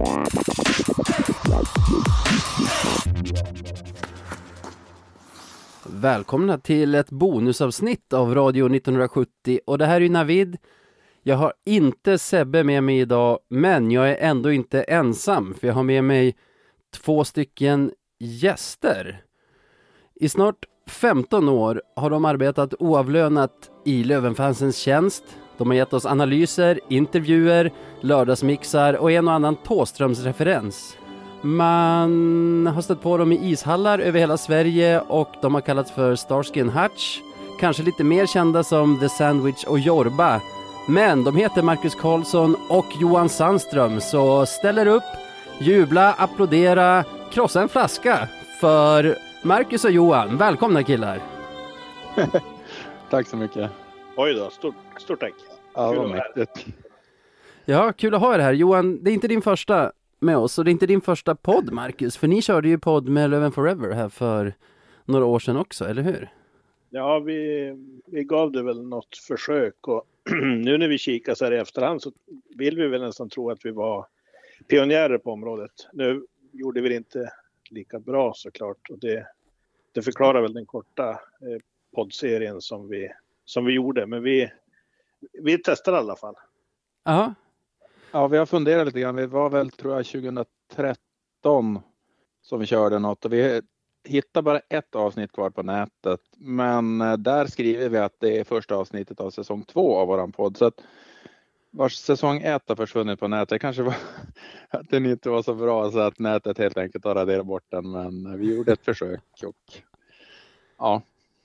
Välkomna till ett bonusavsnitt av Radio 1970 och det här är ju Navid. Jag har inte Sebbe med mig idag, men jag är ändå inte ensam för jag har med mig 2 stycken gäster. I snart 15 år har de arbetat oavlönat i Löwenfansens tjänst. De har gett oss analyser, intervjuer, lördagsmixar och en och annan Thåströmsreferens. Man har stött på dem i ishallar över hela Sverige och de har kallats för Starsky & Hutch. Kanske lite mer kända som The Sandwich och Jorba. Men de heter Marcus Karlsson och Johan Sandström. Så ställer upp, jubla, applådera, krossa en flaska för Marcus och Johan. Välkomna killar! Tack så mycket. Oj då, stort tack. Ja, vad mäktigt. Ja, kul att ha er här. Johan, det är inte din första med oss och det är inte din första podd, Marcus. För ni körde ju podd med Löwen Forever här för några år sedan också, eller hur? Ja, vi gav det väl något försök och nu när vi kikar så här i efterhand så vill vi väl nästan tro att vi var pionjärer på området. Nu gjorde vi det inte lika bra såklart och det förklarar väl den korta poddserien som vi gjorde, men vi testade i alla fall. Ja. Ja, vi har funderat lite grann. Det var väl, tror jag, 2013 som vi körde något och vi hittade bara ett avsnitt kvar på nätet. Men där skriver vi att det är första avsnittet av säsong 2 av våran podd. Så att vars säsong 1 har försvunnit på nätet. Kanske var att den inte var så bra så att nätet helt enkelt har raderat bort den. Men vi gjorde ett försök och ja.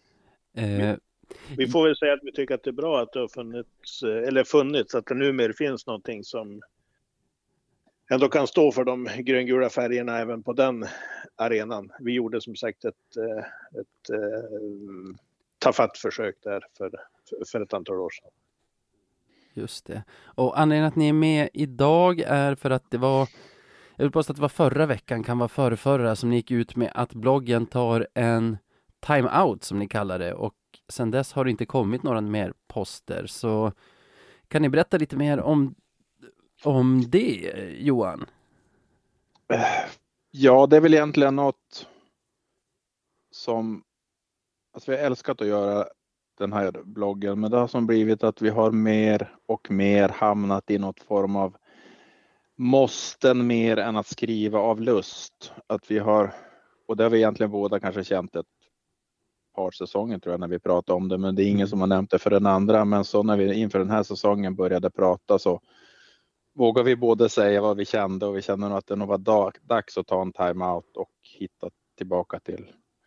Vi får väl säga att vi tycker att det är bra att det har funnits att det numera finns någonting som ändå kan stå för de gröngula färgerna även på den arenan. Vi gjorde som sagt ett tafatt försök där för ett antal år sedan. Just det. Och anledningen att ni är med idag är för att det var, jag vill påstå att det var förra veckan, kan vara förra som ni gick ut med att bloggen tar en time-out som ni kallar det och sen dess har det inte kommit några mer poster. Så kan ni berätta lite mer om det, Johan? Ja, det är väl egentligen något som alltså vi har älskat att göra den här bloggen, men det har som blivit att vi har mer och mer hamnat i något form av måsten mer än att skriva av lust. Att vi har, och det har vi egentligen båda kanske känt ett par säsonger tror jag när vi pratade om det, men det är ingen som har nämnt det för den andra. Men så när vi inför den här säsongen började prata så vågar vi både säga vad vi kände och vi kände nog att det nog var dags att ta en time-out och hitta tillbaka till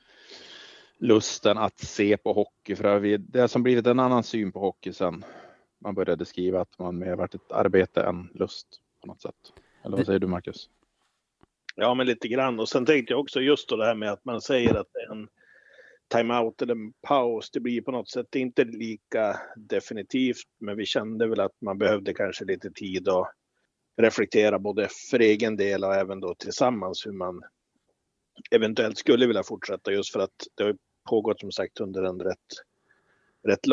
lusten att se på hockey. För det har som blivit en annan syn på hockey sen man började skriva att man mer varit ett arbete än lust på något sätt. Eller vad säger du, Marcus? Ja, men lite grann. Och sen tänkte jag också just då det här med att man säger att det är en time-out eller en paus. Det blir på något sätt inte lika definitivt, men vi kände väl att man behövde kanske lite tid att reflektera både för egen del och även då tillsammans hur man eventuellt skulle vilja fortsätta, just för att det har pågått som sagt under en rätt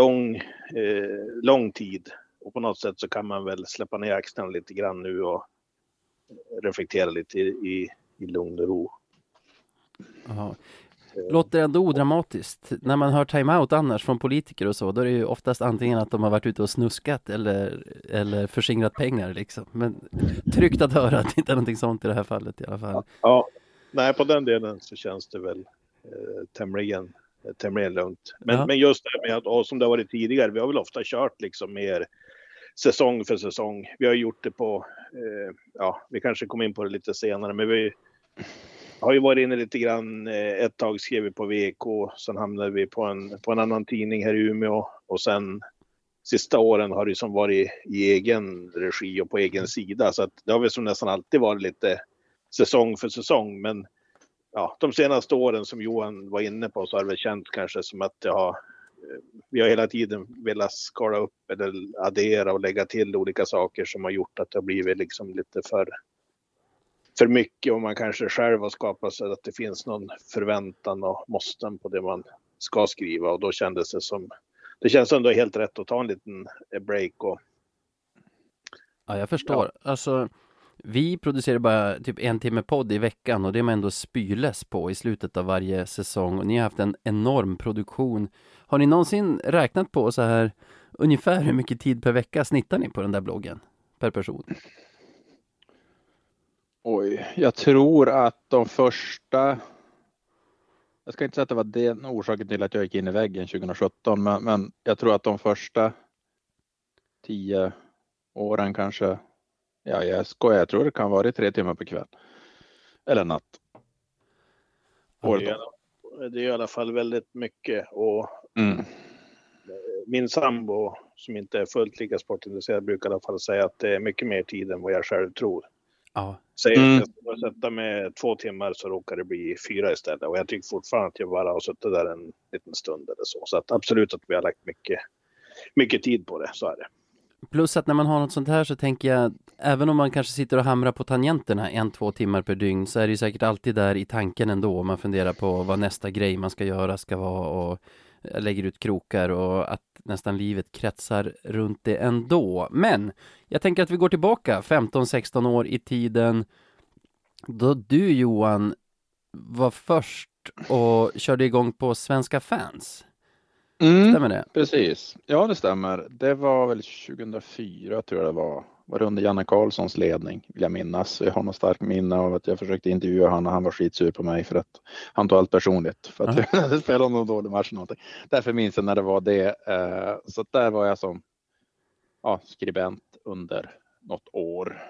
lång tid och på något sätt så kan man väl släppa ner axlarna lite grann nu och reflektera lite i lugn och ro. Aha. Låter ändå odramatiskt. När man hör time-out annars från politiker och så, då är det ju oftast antingen att de har varit ute och snuskat eller förskingrat pengar liksom. Men tryggt att höra att det inte är någonting sånt i det här fallet i alla fall. Ja, nej, på den delen så känns det väl tämligen lugnt. Men just det med att, som det har varit tidigare, vi har väl ofta kört liksom mer säsong för säsong. Vi har gjort det på, vi kanske kommer in på det lite senare, men vi har ju varit inne lite grann, ett tag skrev vi på VK, sen hamnade vi på en annan tidning här i Umeå och sen sista åren har det som varit i egen regi och på egen sida, så att det har väl som nästan alltid varit lite säsong för säsong, men ja, de senaste åren som Johan var inne på så har det väl känt kanske som att vi har hela tiden velat skala upp eller addera och lägga till olika saker som har gjort att det har blivit liksom lite för mycket och man kanske själv har skapat så att det finns någon förväntan och måsten på det man ska skriva och då kändes det känns ändå helt rätt att ta en liten break och ja, jag förstår. Alltså Vi producerar bara typ 1 timme podd i veckan och det är man ändå spyless på i slutet av varje säsong. Och ni har haft en enorm produktion. Har ni någonsin räknat på så här ungefär hur mycket tid per vecka snittar ni på den där bloggen per person? Oj, jag tror att de första... Jag ska inte säga att det var den orsaken till att jag gick in i väggen 2017, men jag tror att de första 10 åren kanske... Ja, jag skojar. Jag tror det kan vara 3 timmar per kväll. Eller natt. Det är i alla fall väldigt mycket. Och min sambo, som inte är fullt lika sportintresserad, brukar i alla fall säga att det är mycket mer tid än vad jag själv tror. Ja. Säger att jag ska sätta med 2 timmar så råkar det bli 4 istället. Och jag tycker fortfarande att jag bara har suttit där en liten stund eller så. Så att absolut att vi har lagt mycket tid på det, så är det. Plus att när man har något sånt här så tänker jag, även om man kanske sitter och hamrar på tangenterna 1-2 timmar per dygn, så är det ju säkert alltid där i tanken ändå. Man funderar på vad nästa grej man ska göra ska vara och lägger ut krokar och att nästan livet kretsar runt det ändå. Men jag tänker att vi går tillbaka 15-16 år i tiden då du, Johan, var först och körde igång på Svenska fans. Stämmer det? Precis. Ja, det stämmer. Det var väl 2004 tror jag det var. Var det under Janne Karlssons ledning, vill jag minnas. Jag har något starkt minne av att jag försökte intervjua honom och han var skitsur på mig för att han tog allt personligt. För att jag hade spelat någon dålig match eller någonting. Därför minns jag när det var det. Så där var jag som skribent under något år.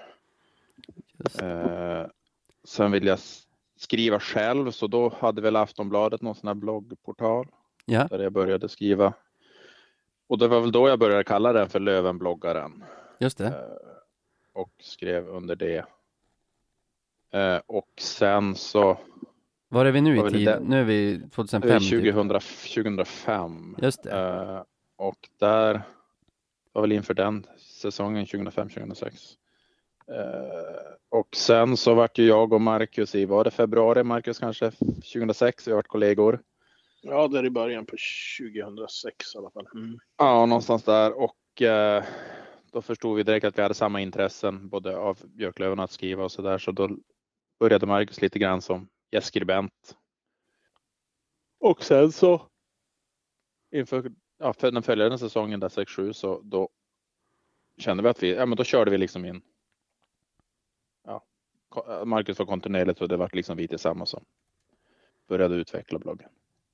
Sen vill jag skriva själv, så då hade väl Aftonbladet någon sån här bloggportal. Ja. Där jag började skriva. Och det var väl då jag började kalla den för Lövenbloggaren. Just det. Och skrev under det. Och sen så... Var är vi nu i tid? Nu är vi 2005. 2005. Just det. Och där var väl inför den säsongen 2005-2006. Och sen så vart ju jag och Marcus var det februari, Marcus kanske 2006, vi har varit kollegor. Ja, där i början på 2006 i alla fall. Ja, någonstans där. Och då förstod vi direkt att vi hade samma intressen, både av Björklöven att skriva och sådär. Så då började Marcus lite grann som gästskribent. Och sen så inför för den följande säsongen där 6-7 så då kände vi att då körde vi liksom in. Ja, Marcus var kontinuerligt och det var liksom vi tillsammans som började utveckla bloggen.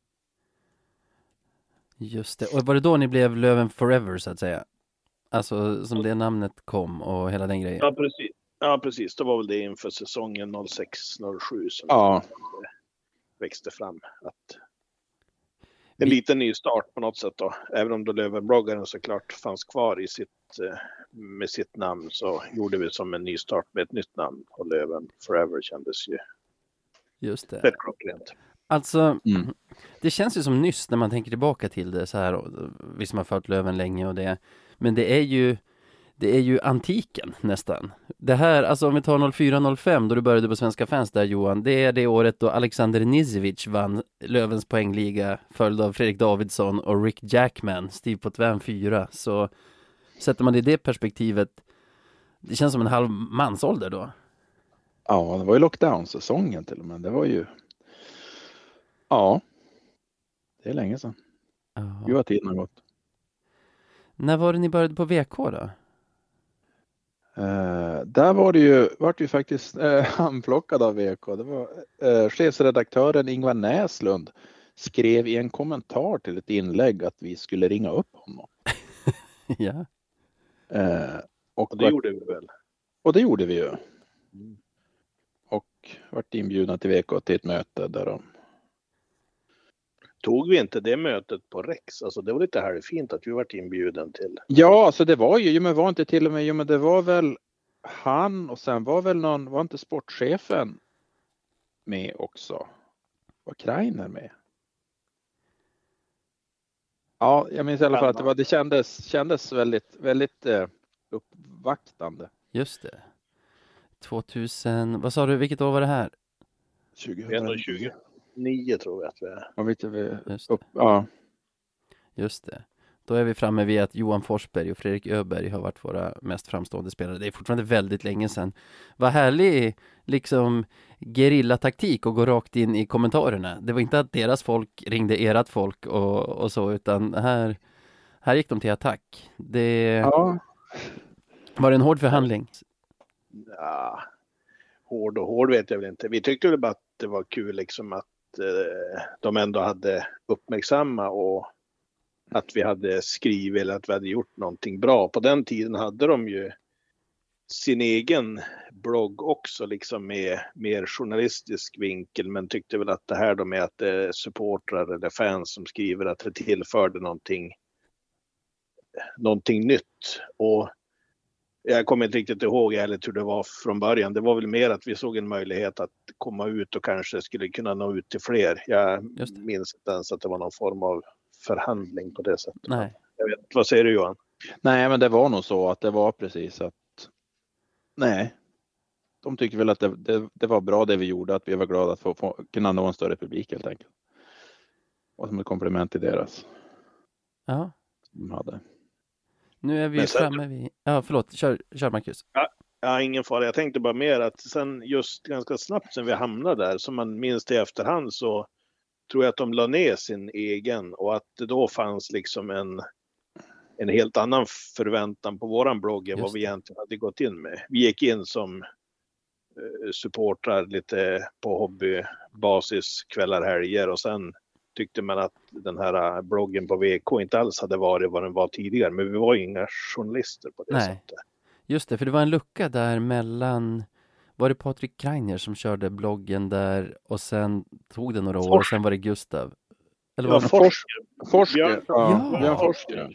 Just det. Och var det då ni blev Löven Forever så att säga? Alltså som det namnet kom och hela den grejen. Ja, precis. Det var väl det inför säsongen 06-07 som växte fram. Att en liten ny start på något sätt då. Även om då Lövenbloggaren såklart fanns kvar i med sitt namn, så gjorde vi som en ny start med ett nytt namn. Och Löven Forever kändes ju just det. Rätt klockrent. Alltså, det känns ju som nyss när man tänker tillbaka till det så här. Vi som har följt Löven länge och det. Men det är ju antiken nästan. Det här, alltså om vi tar 04-05 då du började på Svenska fans där, Johan. Det är det året då Alexander Nizevic vann Lövens poängliga, följd av Fredrik Davidsson och Rick Jackman, Steve Potvin 4. Så sätter man det i det perspektivet, det känns som en halv mansålder då. Ja, det var ju lockdown-säsongen till och med. Det var ju... Ja, det är länge sedan. Gud vad tiden har gått. När var det ni började på VK då? Där vart ju faktiskt handplockad av VK. Det var chefsredaktören Ingvar Näslund skrev i en kommentar till ett inlägg att vi skulle ringa upp honom. Ja. Och det gjorde vi väl? Och det gjorde vi ju. Och vart inbjudna till VK till ett möte där de... Tog vi inte det mötet på Rex? Alltså det var lite halvfint att vi varit inbjuden till. Ja, alltså det var ju, men var inte till och med, men det var väl han och sen var väl var inte sportchefen med också? Var Kreiner med? Ja, jag minns i alla fall att det kändes väldigt, väldigt uppvaktande. Just det. 2000, vad sa du, vilket år var det här? 2009 tror jag att vi är. Ja, vet vi Just ja. Just det. Då är vi framme vid att Johan Forsberg och Fredrik Öberg har varit våra mest framstående spelare. Det är fortfarande väldigt länge sedan. Vad härlig liksom gerillataktik och gå rakt in i kommentarerna. Det var inte att deras folk ringde ert folk och så, utan här gick de till attack. Ja. Var det en hård förhandling? Ja, hård vet jag väl inte. Vi tyckte väl bara att det var kul liksom att de ändå hade uppmärksamma och att vi hade skrivit eller att vi hade gjort någonting bra. På den tiden hade de ju sin egen blogg också liksom med mer journalistisk vinkel, men tyckte väl att det här då med att det är supportrar eller fans som skriver att det tillförde någonting nytt. Och jag kommer inte riktigt ihåg hur det var från början. Det var väl mer att vi såg en möjlighet att komma ut och kanske skulle kunna nå ut till fler. Jag minns inte ens att det var någon form av förhandling på det sättet. Nej. Jag vet, vad säger du Johan? Nej, men det var nog så att det var precis att de tycker väl att det var bra det vi gjorde, att vi var glada att få kunna nå en större publik helt enkelt. Och som ett komplement till deras. Ja. Som de hade. Nu är vi framme vid... Ja, förlåt. Kör Marcus. Ja, ingen fara. Jag tänkte bara mer att sen just ganska snabbt sen vi hamnade där, som man minns i efterhand, så tror jag att de la ner sin egen och att det då fanns liksom en helt annan förväntan på våran blogg än vad vi egentligen hade gått in med. Vi gick in som supportrar lite på hobbybasis kvällar, helger, och sen tyckte man att den här bloggen på VK inte alls hade varit vad den var tidigare. Men vi var ju inga journalister på det sättet. Just det, för det var en lucka där mellan... Var det Patrik Kreiner som körde bloggen där och sen tog det några år och sen var det Gustav? Eller var det Forsker. Ja, Forsker.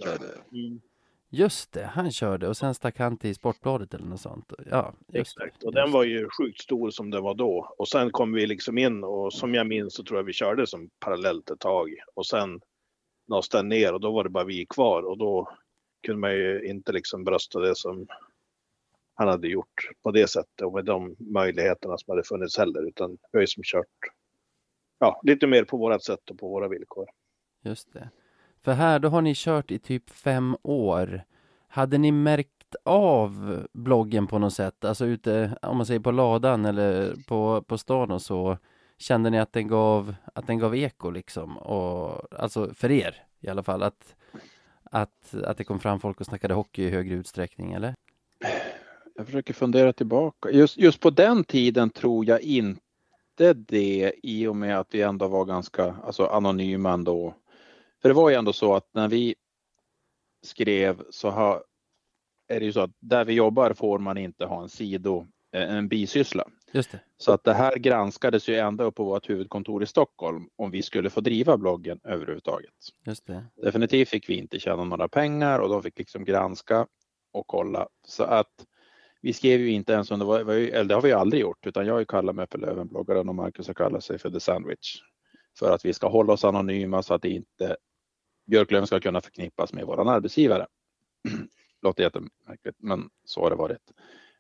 Just det, han körde och sen stack han till Sportbladet eller något sånt. Ja, exakt. Och den var ju sjukt stor som det var då. Och sen kom vi liksom in och som jag minns så tror jag vi körde som parallellt ett tag. Och sen lades den ner och då var det bara vi kvar. Och då kunde man ju inte liksom brösta det som han hade gjort på det sättet och med de möjligheterna som hade funnits heller. Utan vi har ju som kört lite mer på vårat sätt och på våra villkor. Just det. För här, då har ni kört i typ 5 år. Hade ni märkt av bloggen på något sätt? Alltså ute, om man säger på ladan eller på stan och så. Kände ni att den gav eko liksom? Och, alltså för er i alla fall. Att det kom fram folk och snackade hockey i högre utsträckning, eller? Jag försöker fundera tillbaka. Just på den tiden tror jag inte det, i och med att vi ändå var ganska anonyma ändå. För det var ju ändå så att när vi skrev är det ju så att där vi jobbar får man inte ha en bisyssla. Just det. Så att det här granskades ju ända upp på vårt huvudkontor i Stockholm om vi skulle få driva bloggen överhuvudtaget. Just det. Definitivt fick vi inte tjäna några pengar och de fick liksom granska och kolla. Så att vi skrev ju inte ens eller det har vi ju aldrig gjort, utan jag har ju kallat mig för Lövenbloggaren och Marcus har kallat sig för The Sandwich. För att vi ska hålla oss anonyma så att inte Björklöven ska kunna förknippas med våran arbetsgivare. Låter jättemärkligt, men så har det varit.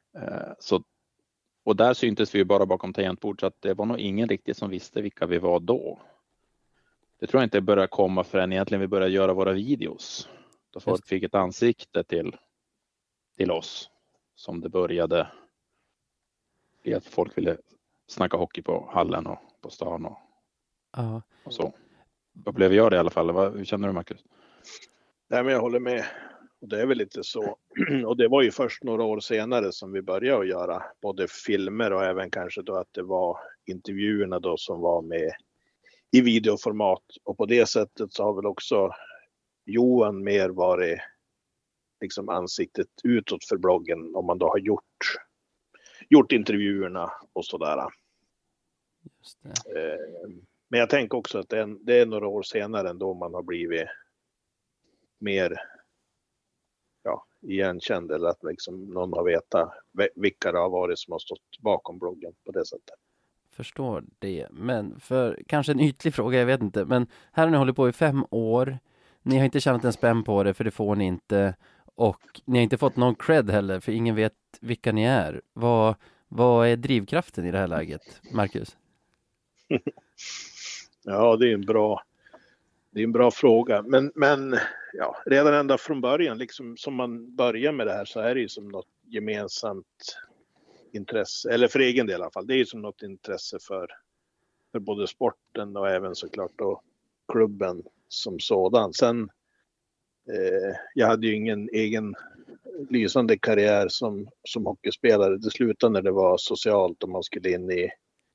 Och där syntes vi ju bara bakom tangentbord, så att det var nog ingen riktigt som visste vilka vi var då. Det tror jag inte började komma förrän egentligen vi började göra våra videos. Då folk fick ett ansikte till oss. Som det började bli att folk ville snacka hockey på hallen och på stan och så. Upplever jag det i alla fall. Hur känner du, Marcus? Nej, men jag håller med. Och det är väl lite så. Och det var ju först några år senare som vi började att göra både filmer och även kanske då att det var intervjuerna då som var med i videoformat. Och på det sättet så har väl också Johan mer varit liksom ansiktet utåt för bloggen om man då har gjort intervjuerna och sådär. Just det. Men jag tänker också att det är några år senare ändå man har blivit mer igenkänd, eller att liksom någon har vetat vilka det har varit som har stått bakom bloggen på det sättet. Förstår det, men för kanske en ytlig fråga, jag vet inte, men här har ni hållit på i 5 år, ni har inte tjänat en spänn på det, för det får ni inte, och ni har inte fått någon cred heller, för ingen vet vilka ni är. Vad är drivkraften i det här läget, Marcus? Ja, det är en Det är en bra fråga, men ja, redan ända från början, liksom som man börjar med det här, så är det ju som något gemensamt intresse, eller för egen del i alla fall. Det är ju som något intresse för både sporten och även såklart då klubben som sådan. Sen, jag hade ju ingen egen lysande karriär som hockeyspelare. Det slutade när det var socialt och man skulle in i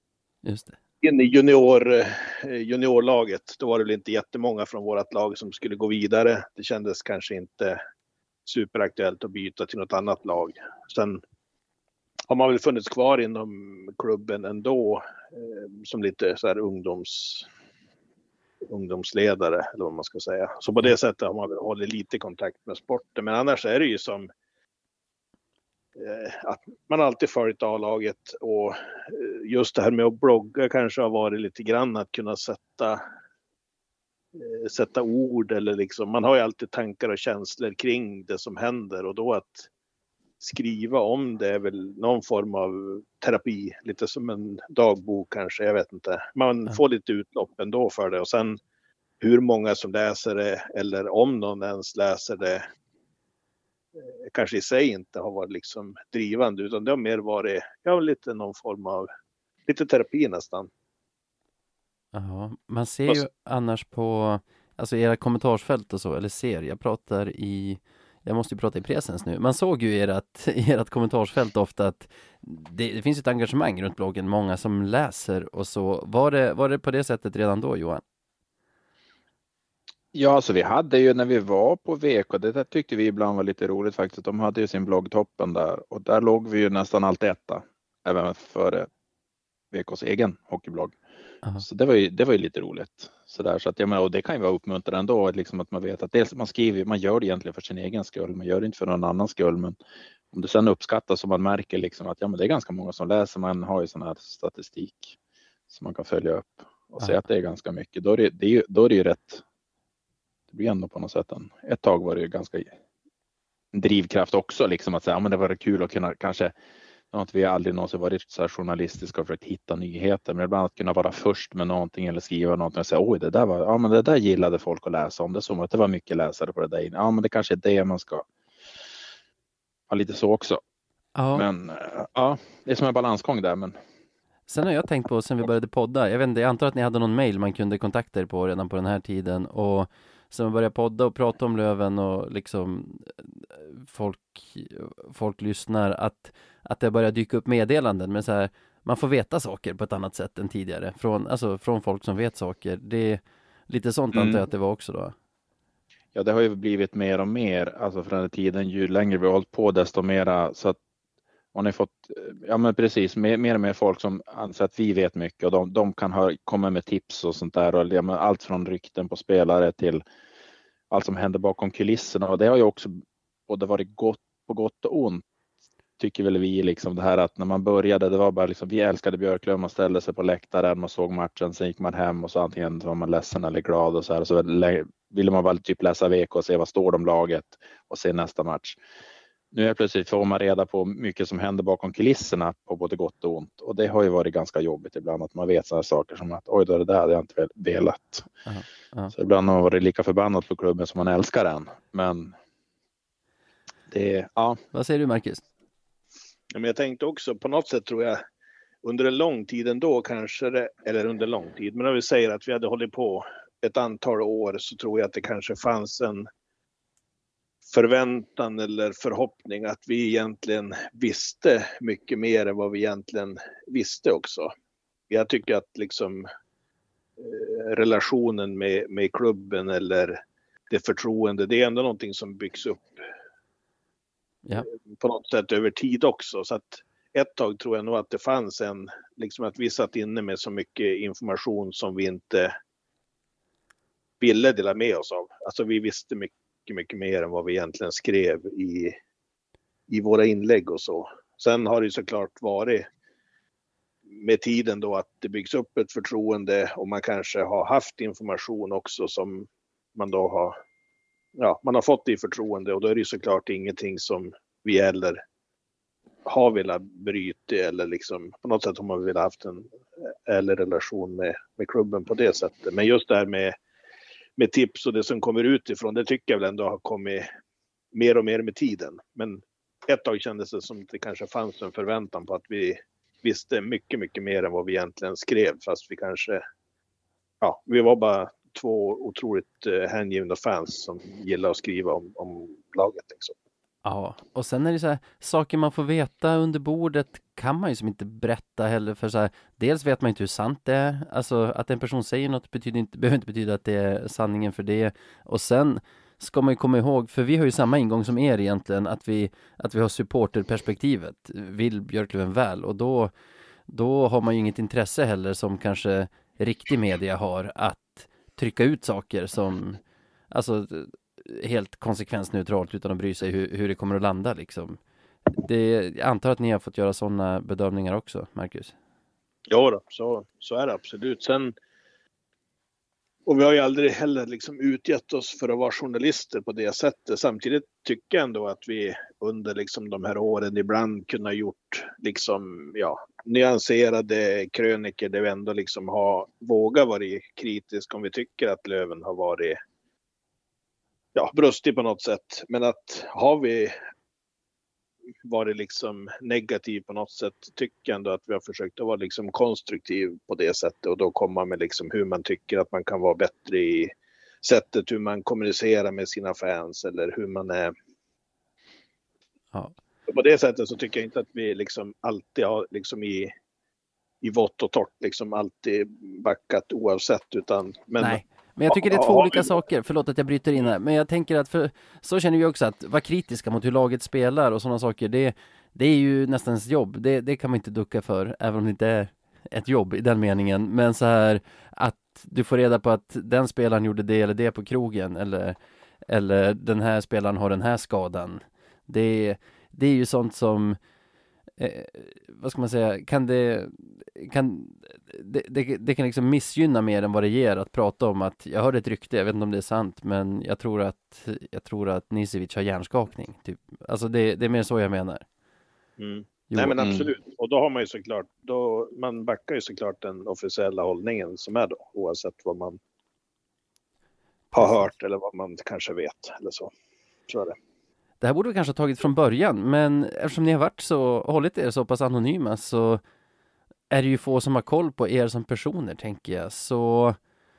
juniorlaget. Då var det väl inte jättemånga från vårt lag som skulle gå vidare. Det kändes kanske inte superaktuellt att byta till något annat lag. Sen har man väl funnits kvar inom klubben ändå som lite så här ungdomsledare eller vad man ska säga. Så på det sättet har man väl hållit lite kontakt med sporten. Men annars är det ju som att man alltid följt A-laget, och just det här med att blogga kanske har varit lite grann att kunna sätta ord, eller liksom, man har ju alltid tankar och känslor kring det som händer, och då att skriva om det är väl någon form av terapi, lite som en dagbok kanske, jag vet inte. Man får lite utlopp ändå för det, och sen hur många som läser det eller om någon ens läser det kanske i sig inte har varit liksom drivande, utan det har mer varit lite någon form av lite terapi nästan. Ja, man ser ju annars på alltså era kommentarsfält och så, eller jag måste ju prata i presens nu. Man såg ju i ert kommentarsfält ofta att det finns ett engagemang runt bloggen, många som läser och så. Var det på det sättet redan då, Johan? Ja, så vi hade ju när vi var på VK, det där tyckte vi ibland var lite roligt faktiskt. De hade ju sin bloggtoppen där, och där låg vi ju nästan alltid etta, även före VKs egen hockeyblogg. Uh-huh. Så det var ju lite roligt. Så att, och det kan ju vara uppmuntrande ändå, liksom att man vet att dels man skriver, man gör det egentligen för sin egen skull, man gör det inte för någon annans skull, men om det sen uppskattas och man märker liksom att men det är ganska många som läser, man har ju sån här statistik som man kan följa upp och säga att det är ganska mycket, då är det ju rätt. Det blir ändå på något sätt ett tag var det ju ganska en drivkraft också, liksom att säga men det var kul att kunna kanske att vi aldrig någonsin varit så här journalistiska och försökt hitta nyheter, men ibland att kunna vara först med någonting eller skriva någonting och säga oj, det där gillade folk att läsa om, det som att det var mycket läsare på det där. Ja, men det kanske är det man ska ha lite så också. Ja. Men ja, det är som en balansgång där, men sen har jag tänkt på sen vi började podda, jag vet inte, jag antar att ni hade någon mail man kunde kontakta er på redan på den här tiden, och sen vi började podda och prata om Löven och liksom folk lyssnar, att det börjar dyka upp meddelanden, men så här, man får veta saker på ett annat sätt än tidigare från folk som vet saker. Det är lite sånt antar jag att det var också då. Ja, det har ju blivit mer och mer, alltså från den tiden, ju längre vi har hållit på desto mera, så att man har fått, ja men precis, mer och mer folk som anser att vi vet mycket, och de kan komma med tips och sånt där, och allt från rykten på spelare till allt som händer bakom kulisserna, och det har ju också både varit på gott och ont, tycker väl vi, liksom det här att när man började, det var bara liksom, vi älskade Björklöven, man ställde sig på läktaren, man såg matchen, sen gick man hem och så antingen var man ledsen eller glad, och så ville man bara typ läsa VK och se vad står om laget och se nästa match. Nu är plötsligt får man reda på mycket som händer bakom kulisserna på både gott och ont, och det har ju varit ganska jobbigt ibland att man vet sådana saker som att oj då, det där hade jag inte velat. Uh-huh. Så ibland har man varit lika förbannad på klubben som man älskar den, men det, ja. Vad säger du, Marcus? Ja, men jag tänkte också, på något sätt tror jag under en lång tid ändå kanske, eller under lång tid, men när vi säger att vi hade hållit på ett antal år, så tror jag att det kanske fanns en förväntan eller förhoppning att vi egentligen visste mycket mer än vad vi egentligen visste också. Jag tycker att liksom relationen med klubben eller det förtroende, det är ändå någonting som byggs upp på något sätt över tid också. Så att ett tag tror jag nog att det fanns liksom att vi satt inne med så mycket information som vi inte ville dela med oss av. Alltså vi visste mycket mer än vad vi egentligen skrev i våra inlägg och så. Sen har det såklart varit med tiden då att det byggs upp ett förtroende, och man kanske har haft information också som man då man har fått i förtroende, och då är det såklart ingenting som vi eller har velat bryta, eller liksom på något sätt har man velat haft en relation med klubben på det sättet. Men just det här med med tips och det som kommer utifrån, det tycker jag väl ändå har kommit mer och mer med tiden. Men ett tag kändes det som att det kanske fanns en förväntan på att vi visste mycket, mycket mer än vad vi egentligen skrev. Fast vi kanske, vi var bara två otroligt hängivna fans som gillar att skriva om laget liksom. Ja, och sen är det så här, saker man får veta under bordet kan man ju som inte berätta heller, för så här, dels vet man inte hur sant det är, alltså att en person säger något behöver inte betyda att det är sanningen för det, och sen ska man ju komma ihåg, för vi har ju samma ingång som er egentligen, att vi har supporterperspektivet, vill Björklöven väl, och då har man ju inget intresse heller som kanske riktig media har att trycka ut saker som, alltså helt konsekvensneutralt utan att bry sig hur det kommer att landa liksom. Jag antar att ni har fått göra sådana bedömningar också, Marcus? Ja då, så är det absolut. Sen, och vi har ju aldrig heller liksom utgett oss för att vara journalister på det sättet. Samtidigt tycker jag ändå att vi under liksom de här åren ibland kunde ha gjort liksom, nyanserade kröniker där vi ändå liksom har vågat vara kritisk om vi tycker att Löven har varit brustig på något sätt. Men att har vi varit liksom negativ på något sätt, tycker jag ändå att vi har försökt att vara liksom konstruktiv på det sättet, och då komma med liksom hur man tycker att man kan vara bättre i sättet hur man kommunicerar med sina fans eller hur man är. Ja. På det sättet så tycker jag inte att vi liksom alltid har liksom i vått och torrt liksom alltid backat oavsett, utan Nej. Men jag tycker det är två olika saker, förlåt att jag bryter in här, men jag tänker att så känner vi också, att vara kritiska mot hur laget spelar och sådana saker, det är ju nästan ens jobb, det kan man inte ducka för, även om det inte är ett jobb i den meningen, men så här att du får reda på att den spelaren gjorde det eller det på krogen, eller den här spelaren har den här skadan, det är ju sånt som vad ska man säga, det kan liksom missgynna mer än vad det ger att prata om att jag hörde ett rykte, jag vet inte om det är sant, men jag tror att Nisevic har hjärnskakning typ. Alltså det är mer så jag menar. Nej men absolut, och då har man ju såklart, man backar ju såklart den officiella hållningen som är då, oavsett vad man har hört eller vad man kanske vet eller så, tror jag det. Det här borde vi kanske ha tagit från början, men eftersom ni har hållit er så pass anonyma, så är det ju få som har koll på er som personer, tänker jag. Så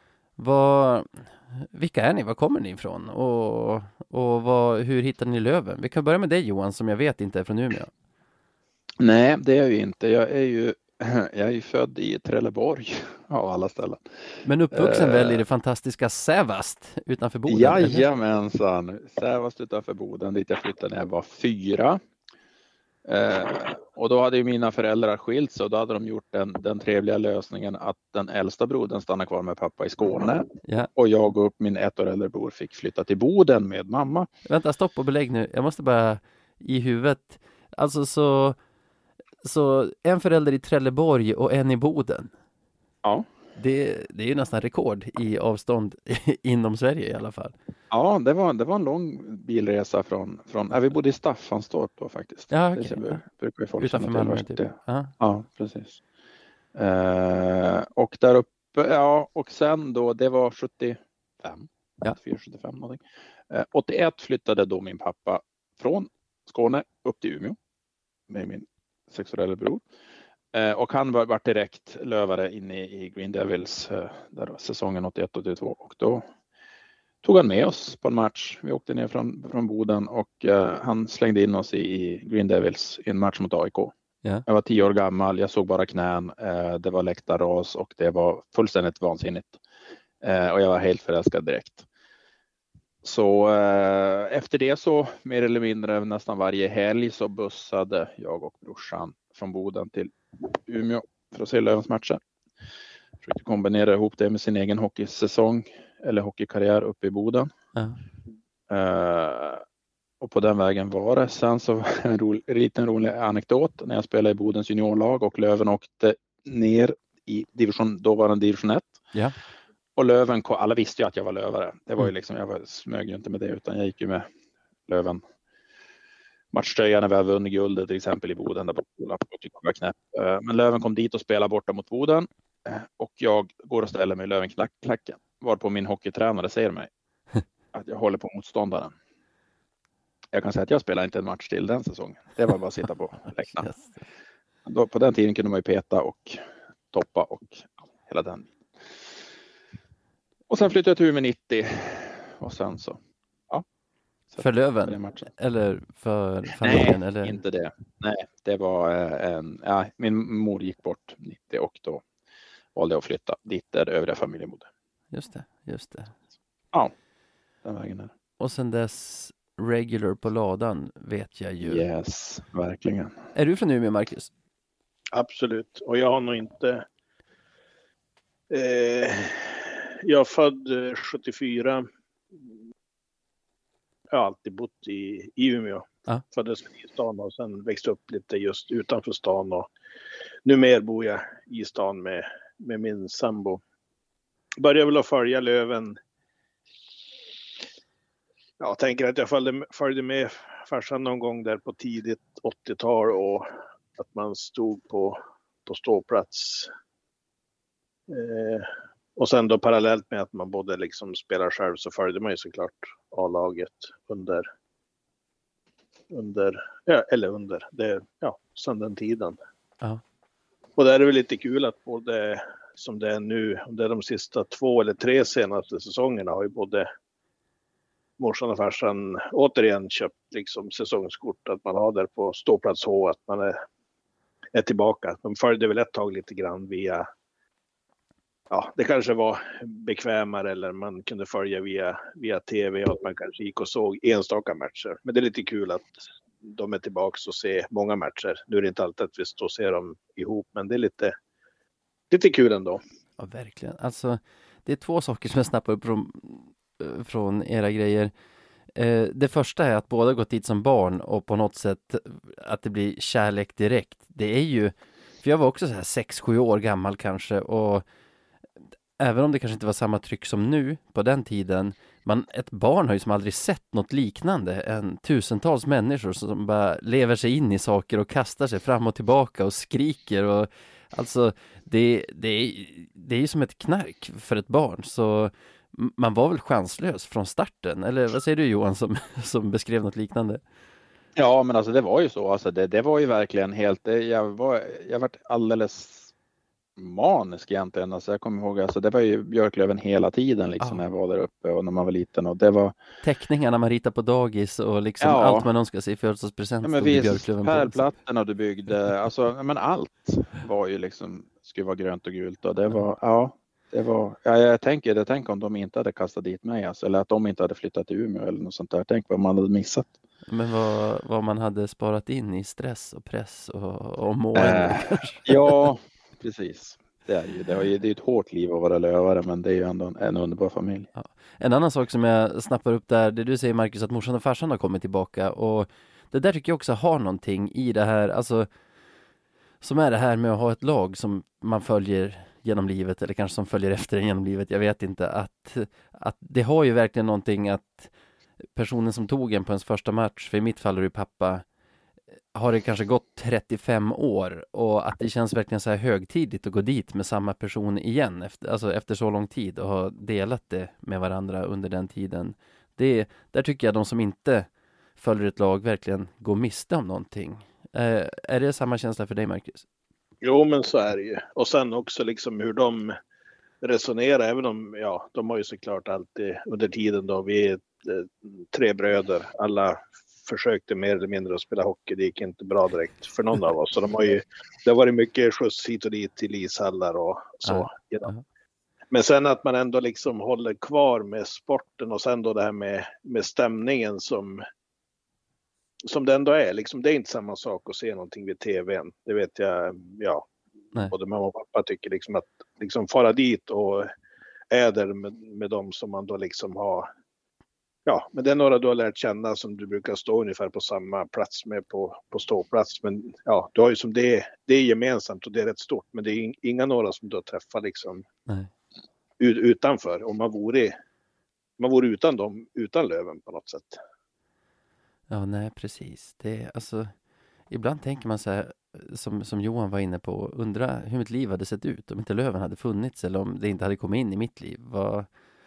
vilka är ni? Var kommer ni ifrån? Och hur hittar ni Löven? Vi kan börja med dig, Johan, som jag vet inte är från Umeå. Nej, det är jag ju inte. Jag är ju född i Trelleborg av alla ställen. Men uppvuxen väl i det fantastiska Sävast utanför Boden? Jajamensan, Sävast utanför Boden, dit jag flyttade när jag var 4. Och då hade ju mina föräldrar skilt sig, och då hade de gjort den trevliga lösningen att den äldsta brodern stannade kvar med pappa i Skåne. Ja. Och jag och min 1 år äldre bror fick flytta till Boden med mamma. Vänta, stopp och belägg nu. Jag måste bara i huvudet. Alltså så en förälder i Trelleborg och en i Boden. Ja. Det är ju nästan rekord i avstånd inom Sverige i alla fall. Ja, det var en lång bilresa från vi bodde i Staffanstorp då faktiskt. Ja, okej. Brukar vi folk utanför Malmö typ. Ja, precis. Och där uppe, och sen då, det var 75. Ja. 475 någonting. 81 flyttade då min pappa från Skåne upp till Umeå med min 6-årige bror. Och han var direkt lövare inne i Green Devils där säsongen 81-82, och då tog han med oss på en match. Vi åkte ner från Boden, och han slängde in oss i Green Devils i en match mot AIK. Yeah. Jag var 10 år gammal, jag såg bara knän, det var läktarras och det var fullständigt vansinnigt. Och jag var helt förälskad direkt. Så efter det så mer eller mindre nästan varje helg så bussade jag och brorsan från Boden till Umeå för att se Lövens matcher. Försökte kombinera ihop det med sin egen hockeysäsong eller hockeykarriär uppe i Boden. Och på den vägen var det. Sen så en liten rolig anekdot när jag spelade i Bodens juniorlag och Löven åkte ner i dåvarande division 1. Ja. Och Löven, alla visste ju att jag var lövare. Det var ju liksom, jag smög ju inte med det, utan jag gick ju med Löven matchtröja när vi hade vunnit guldet till exempel i Boden. Men Löven kom dit och spelade borta mot Boden. Och jag går och ställer mig i Lövenklacken. Varpå min hockeytränare säger mig att jag håller på motståndaren. Jag kan säga att jag spelar inte en match till den säsongen. Det var bara att sitta på läktaren. Då, på den tiden kunde man ju peta och toppa och hela den. Och sen flyttade jag till Umeå 90 och sen så. För Löven? Eller för familjen? Nej, eller? Inte det. Nej, det var min mor gick bort 90 och då valde jag att flytta dit där övriga familjen bodde. Just det. Ja, den vägen där. Och sen dess regular på ladan vet jag ju. Yes, verkligen. Är du från Umeå, Marcus? Absolut, och jag har nog inte... jag är född 74. Jag har alltid bott i Umeå. Ja. Föddes i stan och sen växte upp lite just utanför stan. Och numera bor jag i stan med min sambo. Började väl att följa Löven. Jag tänker att jag följde med farsan någon gång där på tidigt 80-tal och att man stod på ståplats. Och sen då parallellt med att man både liksom spelar själv så följde man ju såklart A-laget sen den tiden. Ja. Och där är det väl lite kul att både som det är nu, det är de sista 2 eller 3 senaste säsongerna har ju både morsan och farsan återigen köpt liksom säsongskort, att man har där på ståplats H, att man är tillbaka. De följde väl ett tag lite grann via, det kanske var bekvämare eller man kunde följa via tv och att man kanske gick och såg enstaka matcher. Men det är lite kul att de är tillbaka och ser många matcher. Nu är det inte alltid att vi står och ser dem ihop, men det är lite kul ändå. Ja, verkligen. Alltså, det är 2 saker som jag snappar upp från era grejer. Det första är att båda gått dit som barn och på något sätt att det blir kärlek direkt. Det är ju, för jag var också så här 6-7 år gammal kanske, och även om det kanske inte var samma tryck som nu på den tiden, ett barn har ju som aldrig sett något liknande. Tusentals människor som bara lever sig in i saker och kastar sig fram och tillbaka och skriker, och alltså det är ju som ett knark för ett barn, så man var väl chanslös från starten, eller vad säger du, Johan, som beskrev något liknande? Ja, men alltså det var ju så, alltså det var ju verkligen helt, jag var alldeles manisk egentligen, alltså jag kommer ihåg, alltså det var ju Björklöven hela tiden liksom när jag var där uppe och när man var liten, och det var teckningarna man ritar på dagis och liksom allt man önskar sig i födelsedagspresent, men visst, pärlplattorna du byggde, alltså men allt var ju liksom, skulle vara grönt och gult, och det var, jag tänker om de inte hade kastat dit mig, alltså, eller att de inte hade flyttat till Umeå eller något sånt där, tänk vad man hade missat. Men vad man hade sparat in i stress och press och mående kanske. Ja, precis. Det är ju ett hårt liv att vara lövare, men det är ju ändå en underbar familj. Ja. En annan sak som jag snappar upp där, det du säger, Marcus, att morsan och farsan har kommit tillbaka, och det där tycker jag också har någonting i det här, alltså som är det här med att ha ett lag som man följer genom livet, eller kanske som följer efter en genom livet, jag vet inte, att det har ju verkligen någonting, att personen som tog en på ens första match, för i mitt fall är det pappa, har det kanske gått 35 år, och att det känns verkligen så här högtidigt att gå dit med samma person igen efter så lång tid och ha delat det med varandra under den tiden. Där tycker jag de som inte följer ett lag verkligen går miste om någonting. Är det samma känsla för dig, Marcus? Jo, men så är det ju. Och sen också liksom hur de resonerar, även om de har ju såklart alltid under tiden då vi är 3 bröder, alla försökte mer eller mindre att spela hockey, det gick inte bra direkt för någon av oss, så det har varit mycket skjuts hit och dit till ishallar och så. Men sen att man ändå liksom håller kvar med sporten, och sen då det här med stämningen som det ändå är, liksom, det är inte samma sak att se någonting vid tvn, det vet jag, både mamma och pappa tycker liksom att liksom fara dit och är där med dem som man då liksom har. Ja, men det är några du har lärt känna som du brukar stå ungefär på samma plats med på ståplats. Men du har ju som det är gemensamt och det är rätt stort. Men det är inga några som du har träffat liksom utanför. Om man vore utan dem, utan Löven på något sätt. Ja, nej, precis. Alltså, ibland tänker man så här, som Johan var inne på, undra hur mitt liv hade sett ut om inte Löven hade funnits, eller om det inte hade kommit in i mitt liv.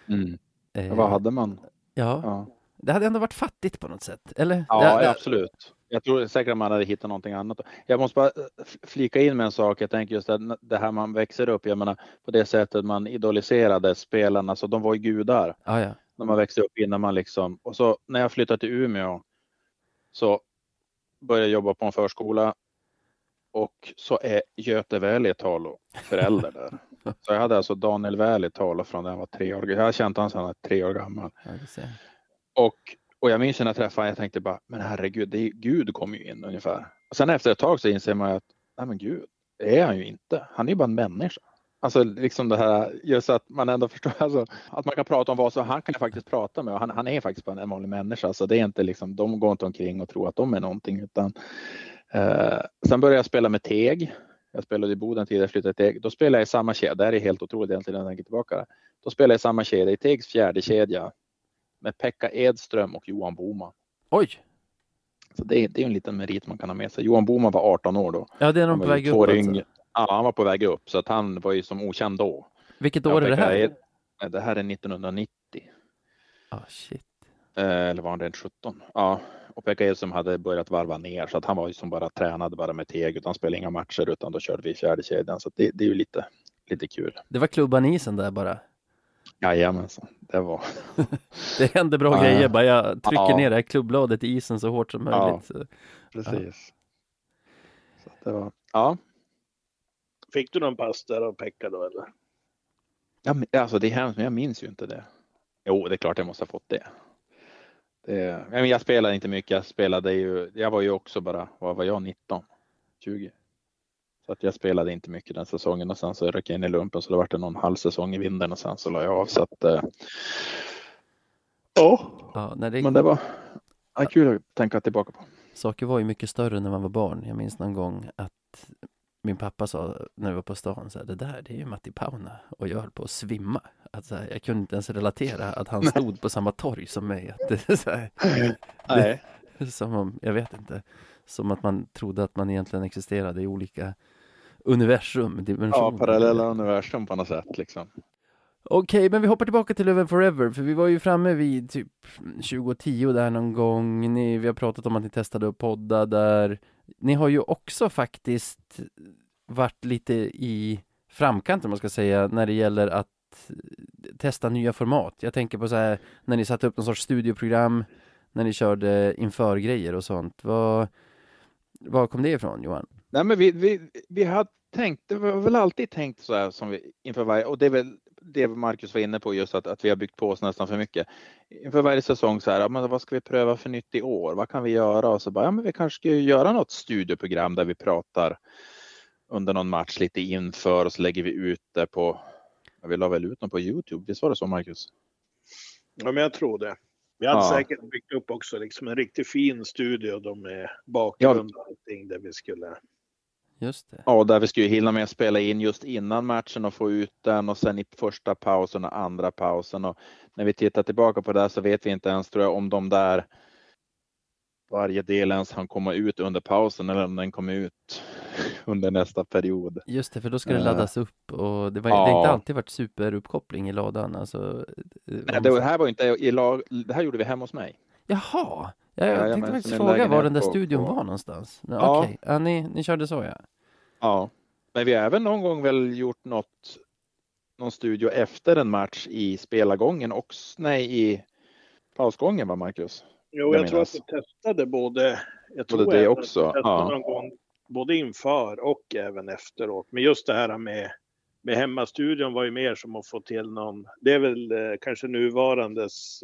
Vad hade man? Ja, det hade ändå varit fattigt på något sätt, eller? Ja, absolut. Jag tror säkert att man hade hittat någonting annat. Jag måste bara flika in med en sak. Jag tänker just att det här man växer upp, jag menar på det sättet man idoliserade spelarna, så de var ju gudar. Ja. När man växte upp innan man liksom, och så när jag flyttade till Umeå så började jag jobba på en förskola och så är Göte Välitalo förälder där. Så jag hade alltså Daniel Välitalo från när jag var 3 år. Jag har känt honom sedan han var 3 år gammal. Och jag minns när jag träffade, jag tänkte bara, men herregud, Gud kom ju in ungefär. Och sen efter ett tag så inser man att, nej men Gud, det är han ju inte. Han är ju bara en människa. Alltså liksom det här, just att man ändå förstår, alltså, att man kan prata om vad så han kan ju faktiskt prata med. Och han är faktiskt bara en vanlig människa. Så det är inte liksom, de går inte omkring och tror att de är någonting. Utan, sen började jag spela med Teg. Jag spelade i Boden tidigare, flyttade till Teg. Då spelade jag i samma kedja. Det här är helt otroligt egentligen när jag tänker tillbaka. Då spelade jag i samma kedja, i Tegs 4:e kedja. Med Pekka Edström och Johan Boman. Oj! Så det är en liten merit man kan ha med sig. Johan Boman var 18 år då. Ja, det är nog på väg upp alltså. Ja, han var på väg upp. Så att han var ju som okänd då. Vilket år är det här? Det här är 1990. Shit. Eller var det 17? Ja. Och Pekka Edström hade börjat varva ner. Så att han var ju som bara tränade bara med Teg. Utan spelade inga matcher. Utan då körde vi 4:e kedjan. Så det är ju lite kul. Det var klubban isen där bara. Jajamensan, det var. Det hände bra grejer, bara jag trycker ner det här klubblådet i isen så hårt som möjligt. Ja, precis. Så det var, Fick du någon pass där av Pekka då eller? Ja, alltså det är hemskt, men jag minns ju inte det. Jo, det är klart jag måste ha fått det. Jag spelade inte mycket, jag var ju också bara, vad var jag, 19, 20. Så att jag spelade inte mycket den säsongen och sen så rök jag in i lumpen så det var det någon halv säsong i vinden och sen så la jag av så att men det var kul att tänka tillbaka på. Saker var ju mycket större när man var barn. Jag minns någon gång att min pappa sa när vi var på stan så här, det är ju Matti Pauna och jag höll på att svimma. Att jag kunde inte ens relatera att han stod på samma torg som mig. Att det är så här, Nej. Som om, jag vet inte, som att man trodde att man egentligen existerade i olika universum, dimensioner. Ja, parallella universum på något sätt liksom. Okej, men vi hoppar tillbaka till Live Forever, för vi var ju framme vid typ 2010 där någon gång. Vi har pratat om att ni testade att podda där. Ni har ju också faktiskt varit lite i framkant, om man ska säga, när det gäller att testa nya format. Jag tänker på så här, när ni satte upp någon sorts studioprogram, när ni körde inför grejer och sånt. Var kom det ifrån, Johan? Nej, men vi hade tänkt, det var väl alltid tänkt så här som vi inför varje, och det är väl det Marcus var inne på, just att vi har byggt på oss nästan för mycket. Inför varje säsong så här, men vad ska vi pröva för nytt i år? Vad kan vi göra? Och så bara, men vi kanske ska göra något studioprogram där vi pratar under någon match lite inför och så lägger vi ut det på, vi la väl ut dem på YouTube, visst var det så, Marcus? Ja, men jag tror det. Vi hade säkert byggt upp också liksom en riktigt fin studio, de med bakgrund och allting där vi skulle. Just det. Ja, där vi skulle hinna med att spela in just innan matchen och få ut den och sen i första pausen och andra pausen. Och när vi tittar tillbaka på det här så vet vi inte ens, tror jag, om de där varje del ens han kommer ut under pausen eller om den kommer ut under nästa period. Just det, för då ska det laddas upp och det har inte alltid varit superuppkoppling i ladan. Alltså, nej, det här var inte det här gjorde vi hemma hos mig. Jaha, jag tänkte faktiskt fråga var den där studion var någonstans. Ja. Okej, ja, ni körde så, ja. Ja, men vi har även någon gång väl gjort någon studio efter en match i spelargången och i pausgången, va, Marcus? Jo, jag tror att vi testade både det också. Någon gång, både inför och även efteråt. Men just det här med hemmastudion var ju mer som att få till någon, det är väl kanske nuvarandes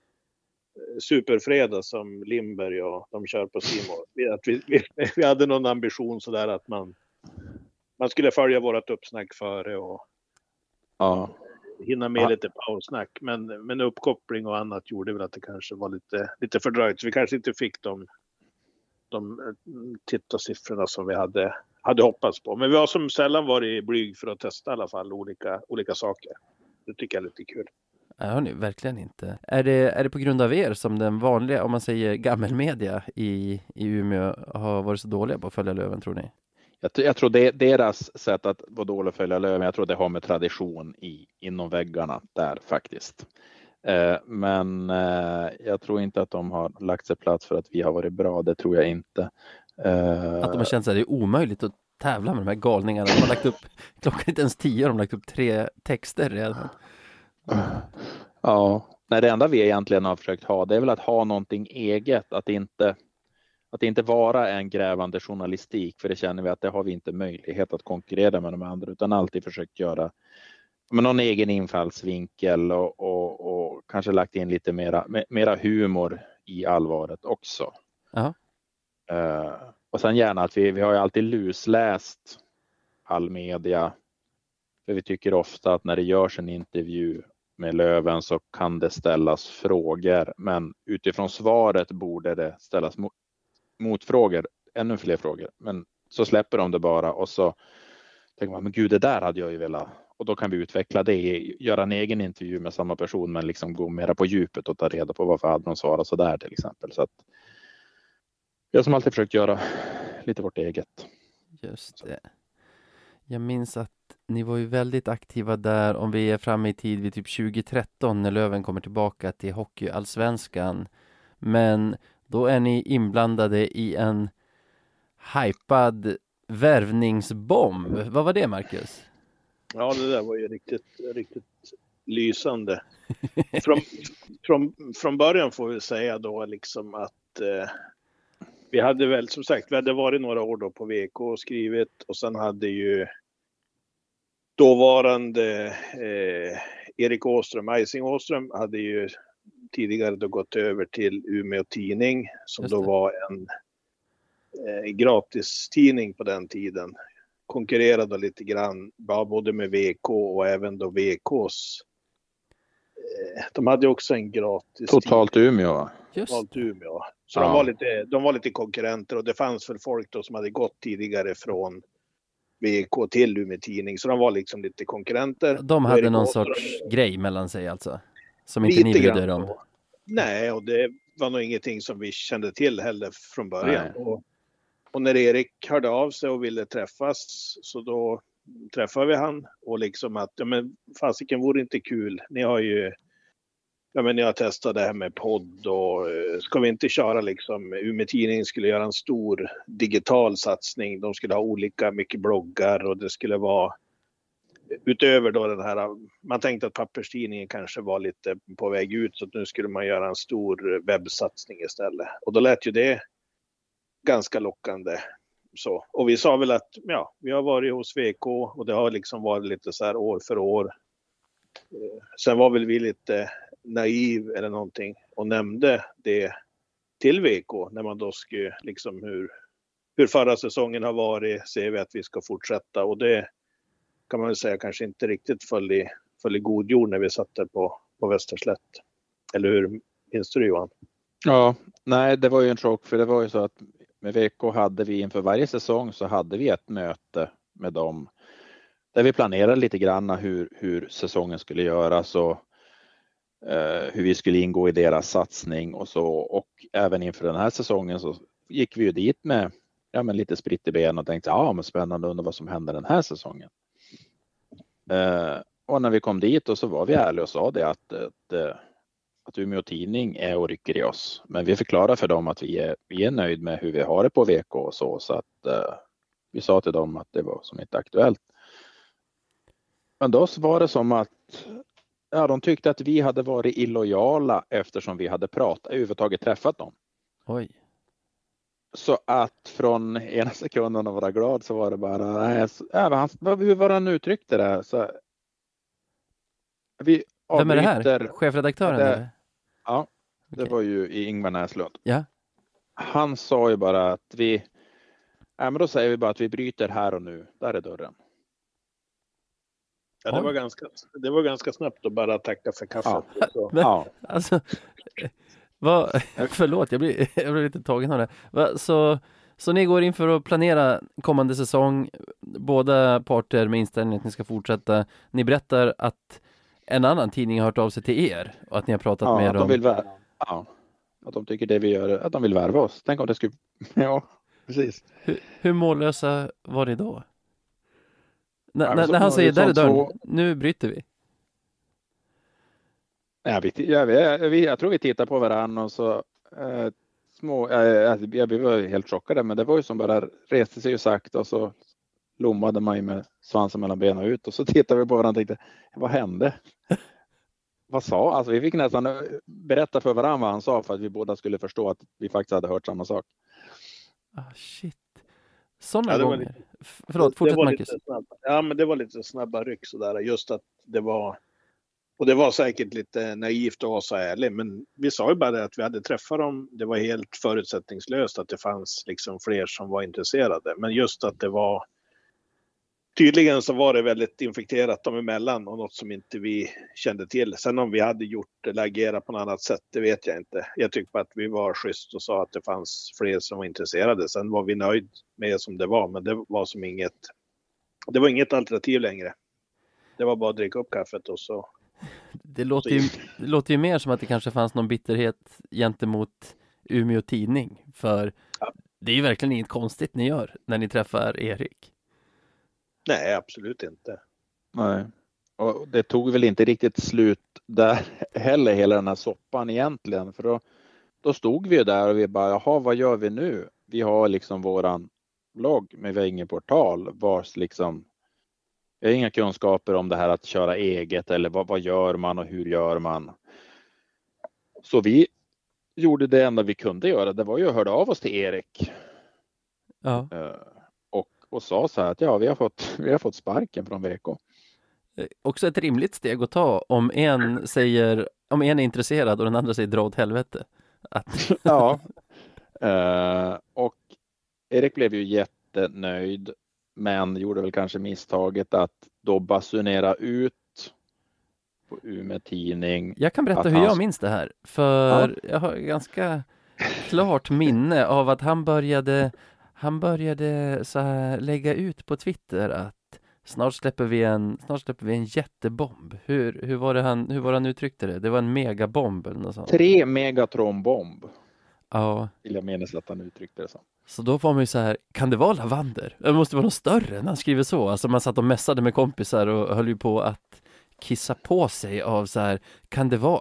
superfredag som Lindberg och de kör på Simon. Vi hade någon ambition så där att man skulle följa vårat uppsnack före och hinna med lite paussnack. Men uppkoppling och annat gjorde väl att det kanske var lite fördröjt. Så vi kanske inte fick de tittarsiffrorna som vi hade hoppats på. Men vi har som sällan varit blyg för att testa i alla fall olika saker. Det tycker jag är lite kul. Ja, hörni, verkligen inte. Är det på grund av er som den vanliga, om man säger gammelmedia i Umeå har varit så dåliga på att följa Löven, tror ni? Jag tror det är deras sätt att vara dålig följa Löven. Jag tror det har med tradition inom väggarna där faktiskt. Men jag tror inte att de har lagt sig plats för att vi har varit bra. Det tror jag inte. Att de har känt sig det är omöjligt att tävla med de här galningarna. De har lagt upp, klockan inte ens 10, de har lagt upp 3 texter redan. Ja, nej, det enda vi egentligen har försökt ha, det är väl att ha någonting eget. Att inte vara en grävande journalistik, för det känner vi att det har vi inte möjlighet att konkurrera med de andra, utan alltid försökt göra med någon egen infallsvinkel och kanske lagt in lite mera humor i allvaret också. Och sen gärna att vi har ju alltid lusläst all media, för vi tycker ofta att när det görs en intervju med Löven så kan det ställas frågor, men utifrån svaret borde det ställas motfrågor, ännu fler frågor, men så släpper de det bara och så tänker man, men gud, det där hade jag ju velat, och då kan vi utveckla det, göra en egen intervju med samma person men liksom gå mera på djupet och ta reda på varför hade de svarat så där till exempel. Så att jag som alltid försökt göra lite vårt eget. Just det. Jag minns att ni var ju väldigt aktiva där, om vi är framme i tid vid typ 2013 när Löven kommer tillbaka till hockeyallsvenskan. Men då är ni inblandade i en hypad värvningsbomb. Vad var det, Marcus? Ja, det där var ju riktigt lysande. Från början får vi säga då liksom att vi hade väl, som sagt, vi hade varit några år då på VK och skrivit, och sen hade ju dåvarande Erik Åström, Icing Åström, hade ju tidigare då gått över till Umeå Tidning, som då var en gratis tidning på den tiden. Konkurrerade lite grann både med VK och även då VKs. De hade också en gratis Totalt tidning. Umeå. Totalt Umeå. Så Ja. de var lite konkurrenter, och det fanns väl folk då som hade gått tidigare från VK till Umeå Tidning, så de var liksom lite konkurrenter. De hade någon sorts grej mellan sig alltså, som inte ni brydde er om. Nej, och det var nog ingenting som vi kände till heller från början. Och när Erik hörde av sig och ville träffas, så då träffade vi han, och liksom att, ja men fasiken, vore inte kul. Ni har ju, ja men ni har testat det här med podd, och ska vi inte köra liksom, Umeå Tidning skulle göra en stor digital satsning. De skulle ha olika mycket bloggar, och det skulle vara utöver då den här, man tänkte att papperstidningen kanske var lite på väg ut, så att nu skulle man göra en stor webbsatsning istället. Och då lät ju det ganska lockande. Så. Och vi sa väl att ja, vi har varit hos VK, och det har liksom varit lite så här år för år. Sen var väl vi lite naiv eller någonting och nämnde det till VK, när man då skulle liksom hur förra säsongen har varit, ser vi att vi ska fortsätta, och det kan man väl säga kanske inte riktigt föll i god jord när vi satt där på Västerslätt. Eller hur minns du det, Johan? Ja, nej, det var ju en chock, för det var ju så att med VK hade vi inför varje säsong så hade vi ett möte med dem där vi planerade lite grann hur säsongen skulle göras och hur vi skulle ingå i deras satsning och så, och även inför den här säsongen så gick vi ju dit med lite spritt i ben och tänkte men spännande, undrar vad som händer den här säsongen. Och när vi kom dit och så var vi ärliga och sa det att Umeå Tidning är och rycker i oss. Men vi förklarar för dem att vi är nöjd med hur vi har det på VK och så att vi sa till dem att det var som inte aktuellt. Men då var det som att de tyckte att vi hade varit illojala eftersom vi hade överhuvudtaget träffat dem. Oj. Så att från ena sekunden att vara glad så var det bara hur var han uttryckte det? Så vi vem är det här? Chefredaktören? Eller? Ja, det var ju Ingvar Näslund. Ja. Han sa ju bara att men då säger vi bara att vi bryter här och nu. Där är dörren. Ja, det var ganska snabbt att bara tacka för kaffet. Ja. Men, alltså, förlåt, jag blir lite tagen av det. Så ni går in för att planera kommande säsong, båda parter med inställningen att ni ska fortsätta. Ni berättar att en annan tidning har hört av sig till er och att ni har pratat med dem. Att de tycker det vi gör, att de vill värva oss. Tänk om det skulle... Ja. Precis. Hur mållösa var det då? Ja, När han säger där är dörren, så... nu bryter vi. Ja, jag tror vi tittar på varandra och så vi var helt chockade, men det var ju som bara reste sig ju sakta och så lommade man ju med svansen mellan benen ut och så tittade vi på varandra och tänkte, vad hände? Vad sa? Alltså vi fick nästan berätta för varandra vad han sa för att vi båda skulle förstå att vi faktiskt hade hört samma sak. Shit. Sådana gånger. Förlåt, fortsätt Marcus. Ja, men det var lite snabba ryck sådär. Just att det var... Och det var säkert lite naivt att vara så ärlig, men vi sa ju bara det att vi hade träffat dem. Det var helt förutsättningslöst att det fanns liksom fler som var intresserade. Men just att det var, tydligen så var det väldigt infekterat dem emellan och något som inte vi kände till. Sen om vi hade gjort eller agerat på något annat sätt, det vet jag inte. Jag tycker bara att vi var schysst och sa att det fanns fler som var intresserade. Sen var vi nöjd med som det var, men det var som det var inget alternativ längre. Det var bara att dricka upp kaffet och så. Det låter ju mer som att det kanske fanns någon bitterhet gentemot Umeå Tidning. För det är ju verkligen inget konstigt ni gör när ni träffar Erik. Nej, absolut inte. Nej. Och det tog väl inte riktigt slut där heller, hela den här soppan egentligen. För då stod vi ju där och vi bara, jaha, vad gör vi nu? Vi har liksom våran blogg, men vi har ingen portal vars liksom... Jag har inga kunskaper om det här att köra eget eller vad gör man och hur gör man. Så vi gjorde det enda vi kunde göra. Det var ju att höra av oss till Erik. Ja. Och sa så här att vi har fått sparken från VK. Också ett rimligt steg att ta om en är intresserad och den andra säger dra åt helvete. Ja. Och Erik blev ju jättenöjd. Men gjorde väl kanske misstaget att då basunera ut på Umeå Tidning. Jag kan berätta hur jag minns det här. För jag har ganska klart minne av att han började så här lägga ut på Twitter att snart släpper vi en jättebomb. Hur var han uttryckte det? Det var en megabomb eller något sånt. 3 megatrombombb. Ja. Vill jag minnas att han uttryckte det så. Så då var man ju så här, kan det vara Lavander? Det måste vara något större när han skriver så. Alltså man satt och mässade med kompisar och höll ju på att kissa på sig av så här, kan det vara,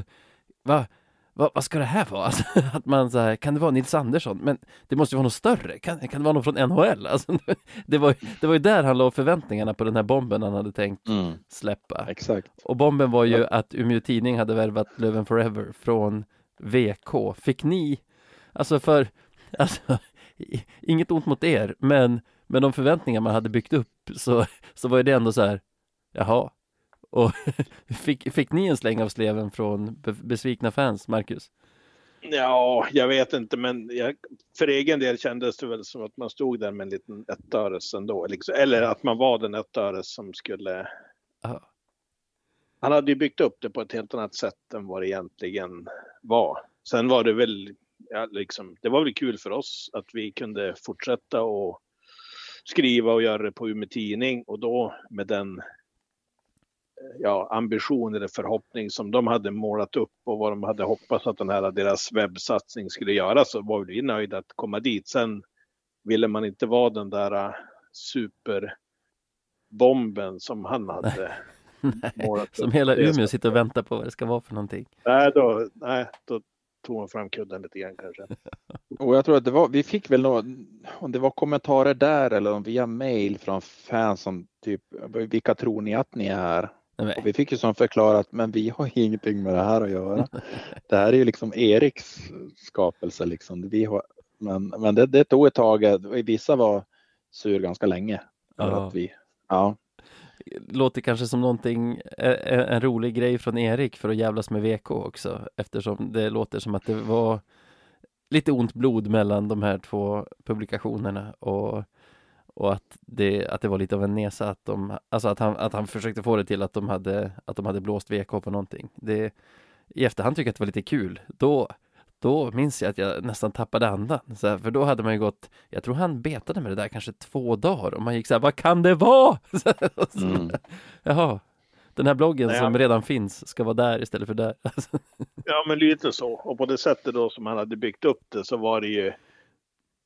vad ska det här vara? Alltså, att man så här, kan det vara Nils Andersson? Men det måste ju vara något större. Kan det vara någon från NHL? Alltså, det var ju där han la förväntningarna på den här bomben han hade tänkt släppa. Exakt. Och bomben var ju att Umeå Tidning hade värvat Löven Forever från VK. Fick ni, alltså inget ont mot er, men med de förväntningar man hade byggt upp så var det ändå så här, jaha. Och fick ni en släng av sleven från besvikna fans, Marcus? Ja, jag vet inte, men för egen del kändes det väl som att man stod där med en liten ettöres ändå. Liksom, eller att man var den ettöres som skulle... Aha. Han hade ju byggt upp det på ett helt annat sätt än vad det egentligen var. Sen var det väl, det var väl kul för oss att vi kunde fortsätta och skriva och göra det på Umeå Tidning. Och då med den ambition eller förhoppning som de hade målat upp och vad de hade hoppats att deras webbsatsning skulle göra, så var vi nöjda att komma dit. Sen ville man inte vara den där superbomben som han hade målat upp. Som hela Umeå sitter och väntar på vad det ska vara för någonting. Nej, då tog man fram kudden lite grann kanske. Och jag tror att vi fick väl om det var kommentarer där eller via mail från fans som typ, vilka tror ni att ni är? Och vi fick ju som förklarat, men vi har ingenting med det här att göra. Det här är ju liksom Eriks skapelse liksom. Men det tog ett tag, vissa var sur ganska länge. Att låter kanske som någonting, en rolig grej från Erik för att jävlas med VK också, eftersom det låter som att det var lite ont blod mellan de här två publikationerna och att det var lite av en nesa att han försökte få det till att de hade blåst VK på någonting. I efterhand tycker jag att det var lite kul. Då minns jag att jag nästan tappade andan. Så här, för då hade man ju gått, jag tror han betade med det där kanske 2 dagar. Och man gick så här, vad kan det vara? Jaha, den här bloggen som redan finns ska vara där istället för där. Ja, men lite så. Och på det sättet då som han hade byggt upp det så var det ju,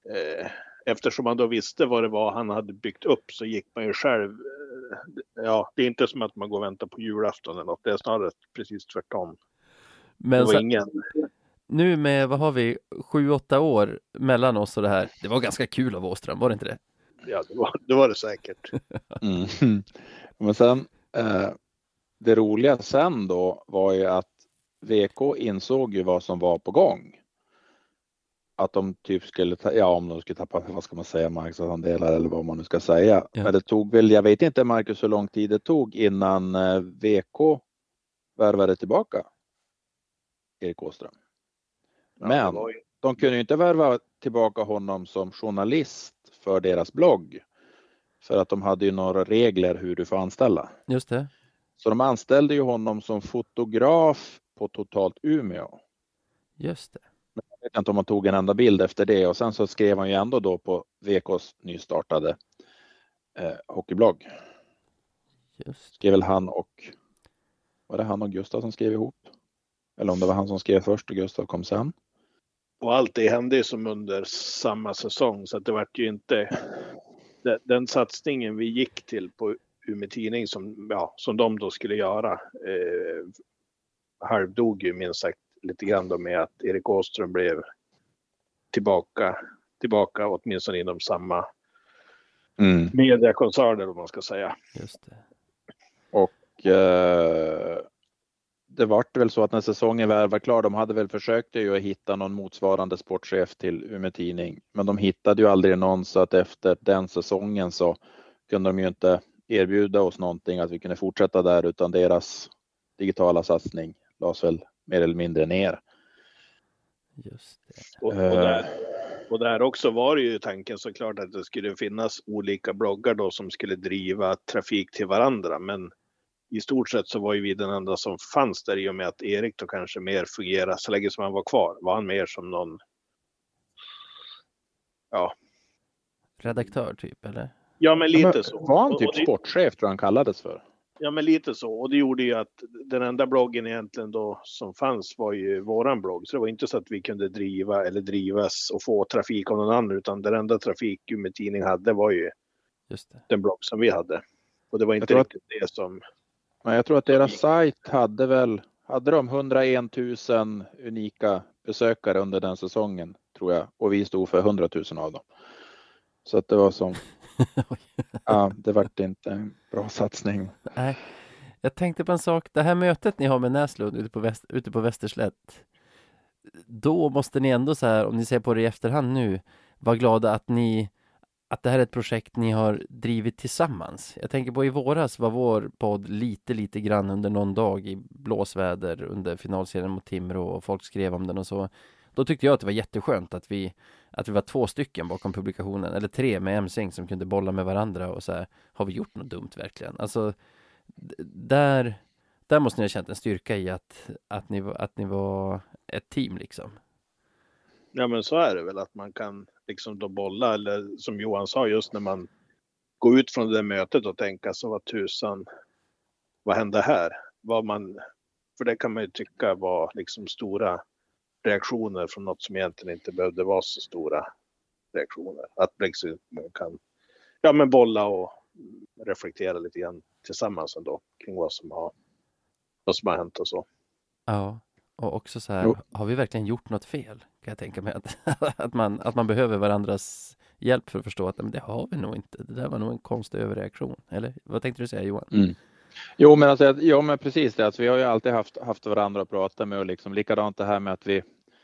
eftersom man då visste vad det var han hade byggt upp, så gick man ju själv, ja, det är inte som att man går och väntar på julafton eller något, det är snarare precis tvärtom. Men det var så, ingen... Nu med, vad har vi, 7-8 år mellan oss och det här, det var ganska kul av Åström, var det inte det? Ja, det var det säkert. Men sen, det roliga sen då var ju att VK insåg ju vad som var på gång. Att de typ skulle, om de skulle tappa, vad ska man säga, marknadsandelar eller vad man nu ska säga. Ja. Men det tog väl, jag vet inte Marcus hur lång tid det tog innan VK värvade tillbaka Erik Åström. Men de kunde ju inte värva tillbaka honom som journalist för deras blogg. För att de hade ju några regler hur du får anställa. Just det. Så de anställde ju honom som fotograf på Totalt Umeå. Just det. Men jag vet inte om man tog en enda bild efter det. Och sen så skrev han ju ändå då på VKs nystartade hockeyblogg. Just. Skrev väl han och, var det han och Gustav som skrev ihop? Eller om det var han som skrev först och Gustav kom sen. Och allt det hände ju som under samma säsong, så att det var ju inte den satsningen vi gick till på Umeå Tidning som de då skulle göra, halvdog ju minst sagt lite grann då med att Erik Åström blev tillbaka åtminstone inom samma mediekoncerner, om man ska säga. Just det. Och det var väl så att när säsongen var klar, de hade väl försökt ju att hitta någon motsvarande sportchef till Umeå Tidning. Men de hittade ju aldrig någon, så att efter den säsongen så kunde de ju inte erbjuda oss någonting att vi kunde fortsätta där, utan deras digitala satsning lades väl mer eller mindre ner. Just det. Och där också var det ju tanken såklart att det skulle finnas olika bloggar då som skulle driva trafik till varandra, men i stort sett så var ju vi den enda som fanns där, i och med att Erik då kanske mer fungerar så länge som han var kvar. Var han mer som någon redaktör typ, eller? Ja, men lite så. Var han typ sportchef, tror han kallades för? Ja, men lite så. Och det gjorde ju att den enda bloggen egentligen då som fanns var ju våran blogg. Så det var inte så att vi kunde driva eller drivas och få trafik av någon annan, utan den enda trafik Umeå Tidning hade var ju den blogg som vi hade. Och det var inte riktigt det som... Men jag tror att deras sajt hade de 101 000 unika besökare under den säsongen, tror jag. Och vi stod för 100 000 av dem. Så att det var som... ja, det var inte en bra satsning. Nej, jag tänkte på en sak. Det här mötet ni har med Näslund ute på Västerslätt. Då måste ni ändå så här, om ni ser på det i efterhand nu, vara glada att det här är ett projekt ni har drivit tillsammans. Jag tänker på i våras var vår podd lite grann under någon dag i blåsväder under finalserien mot Timrå, och folk skrev om den och så. Då tyckte jag att det var jätteskönt att vi var 2 stycken bakom publikationen, eller 3 med Emsing som kunde bolla med varandra och så här, har vi gjort något dumt verkligen? Alltså där måste ni ha känt en styrka i att ni var ett team liksom. Ja, men så är det väl, att man kan liksom då bolla, eller som Johan sa, just när man går ut från det mötet och tänka så vad tusan, vad hände här? För det kan man ju tycka var liksom stora reaktioner från något som egentligen inte behövde vara så stora reaktioner. Att liksom man kan bolla och reflektera lite grann tillsammans ändå kring vad som har hänt och så. Ja. Och också så här, har vi verkligen gjort något fel? Kan jag tänka mig att man behöver varandras hjälp för att förstå att men det har vi nog inte. Det där var nog en konstig överreaktion. Eller vad tänkte du säga, Johan? Mm. Jo, men alltså, men precis det. Alltså, vi har ju alltid haft varandra att prata med, och liksom likadant det här med att det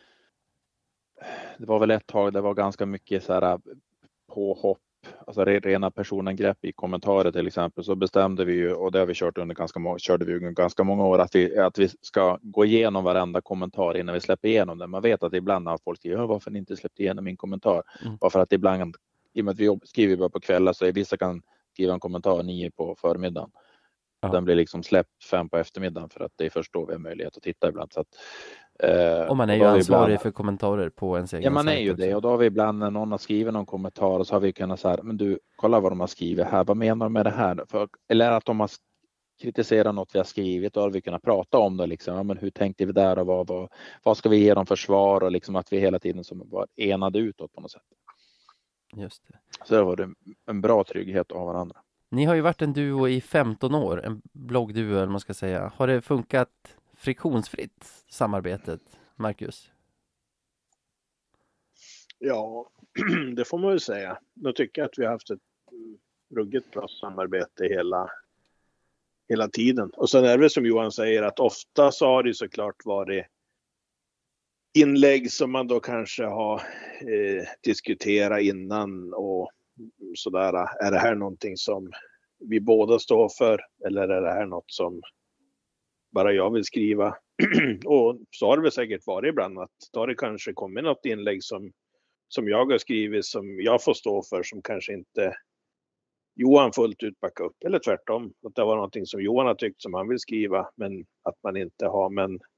var väl ett tag, det var ganska mycket så här påhopp, alltså rena personangrepp i kommentarer till exempel. Så bestämde vi ju, och det har vi körde vi ganska många år, att vi ska gå igenom varenda kommentar innan vi släpper igenom den. Man vet att ibland har folk skrivit, varför ni inte släppt igenom min kommentar? Bara för att ibland, i och med att vi skriver bara på kvällar, så vissa kan skriva en kommentar 9 på förmiddagen. Ja. Den blir liksom släppt 5 på eftermiddagen, för att det är först då vi har möjlighet att titta ibland. Så att, och man är ju ansvarig för kommentarer på ens egen. Ja, man är ju det. Och då har vi ibland, när någon har skrivit någon kommentar, och så har vi kunnat säga, men du, kolla vad de har skrivit här. Vad menar de med det här? Eller att de har kritiserat något vi har skrivit, och har vi kunnat prata om det. Liksom. Ja, men hur tänkte vi där, och vad ska vi ge dem för svar? Och liksom att vi hela tiden som var enade utåt på något sätt. Just det. Så det var det en bra trygghet att ha varandra. Ni har ju varit en duo i 15 år, en bloggduo eller man ska säga. Har det funkat friktionsfritt, samarbetet, Marcus? Ja, det får man väl säga. Nu tycker jag att vi har haft ett ruggigt bra samarbete hela tiden. Och sen är det som Johan säger att ofta så har det såklart varit inlägg som man då kanske har diskuterat innan och sådär. Är det här någonting som vi båda står för eller är det här något som bara jag vill skriva? Och så har det väl säkert varit ibland att då har det kanske kommit något inlägg som jag har skrivit som jag får stå för som kanske inte Johan fullt ut backar upp. Eller tvärtom, att det var någonting som Johan har tyckt som han vill skriva men att man inte har.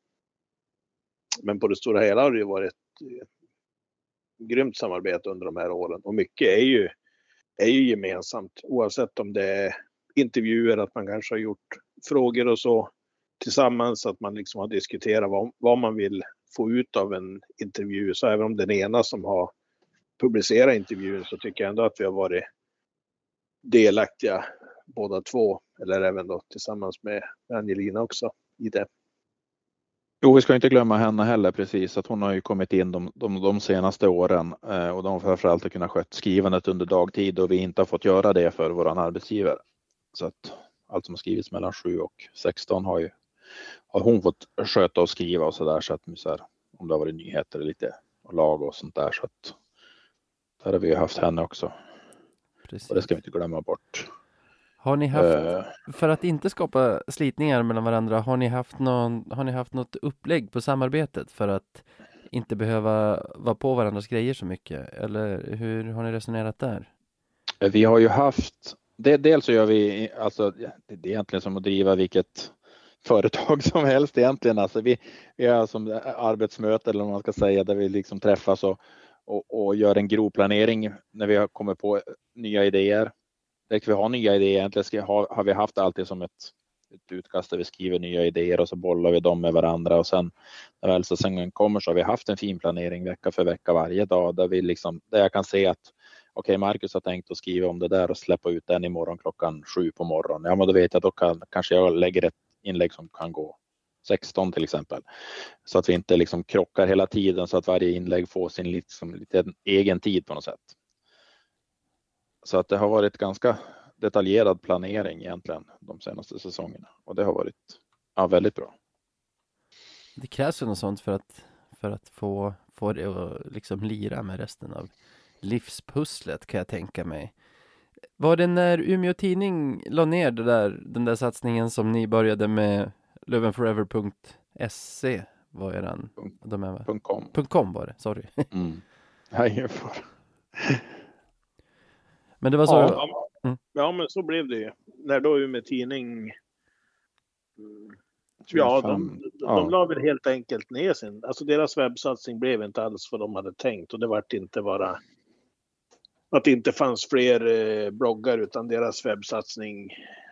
Men på det stora hela har det ju varit ett grymt samarbete under de här åren. Och mycket är ju gemensamt. Oavsett om det är intervjuer, att man kanske har gjort frågor och så tillsammans. Att man liksom har diskuterat vad man vill få ut av en intervju. Så även om den ena som har publicerat intervjun så tycker jag ändå att vi har varit delaktiga båda två. Eller även då tillsammans med Angelina också i det. Jo, vi ska inte glömma henne heller precis. Att hon har ju kommit in de senaste åren och de framförallt har kunnat sköta skrivandet under dagtid och vi inte har fått göra det för våran arbetsgivare. Så att allt som har skrivits mellan 7 och 16 har hon fått sköta och skriva och så här, om det har varit nyheter och lite lag och sånt där, så att där har vi ju haft henne också. Precis. Och det ska vi inte glömma bort. Har ni haft, för att inte skapa slitningar mellan varandra, har ni haft något upplägg på samarbetet för att inte behöva vara på varandras grejer så mycket? Eller hur har ni resonerat där? Vi har ju haft, dels så gör vi, alltså det är egentligen som att driva vilket företag som helst egentligen. Alltså vi har som arbetsmöte eller vad man ska säga, där vi liksom träffas och gör en grov planering när vi har kommit på nya idéer. Där vi har nya idéer egentligen har vi haft alltid som ett utkast där vi skriver nya idéer och så bollar vi dem med varandra och sen när väl säsongen kommer så har vi haft en fin planering vecka för vecka varje dag där jag kan se att okej, Marcus har tänkt att skriva om det där och släppa ut den imorgon klockan 7 på morgonen. Ja, men då vet jag att då kanske jag lägger ett inlägg som kan gå 16 till exempel. Så att vi inte liksom krockar hela tiden så att varje inlägg får sin lite egen tid på något sätt. Så att det har varit ganska detaljerad planering egentligen de senaste säsongerna. Och det har varit väldigt bra. Det krävs ju något sånt för att få det att liksom lira med resten av livspusslet, kan jag tänka mig. Var det när Umeå Tidning la ner den där satsningen som ni började med lovenforever.se var eran .com var det, sorry. Men det var så. Ja, men så blev det ju. När då Umeå Tidning de la väl helt enkelt ner sin, alltså deras webbsatsning blev inte alls vad de hade tänkt och det var inte bara att det inte fanns fler bloggar utan deras webbsatsning,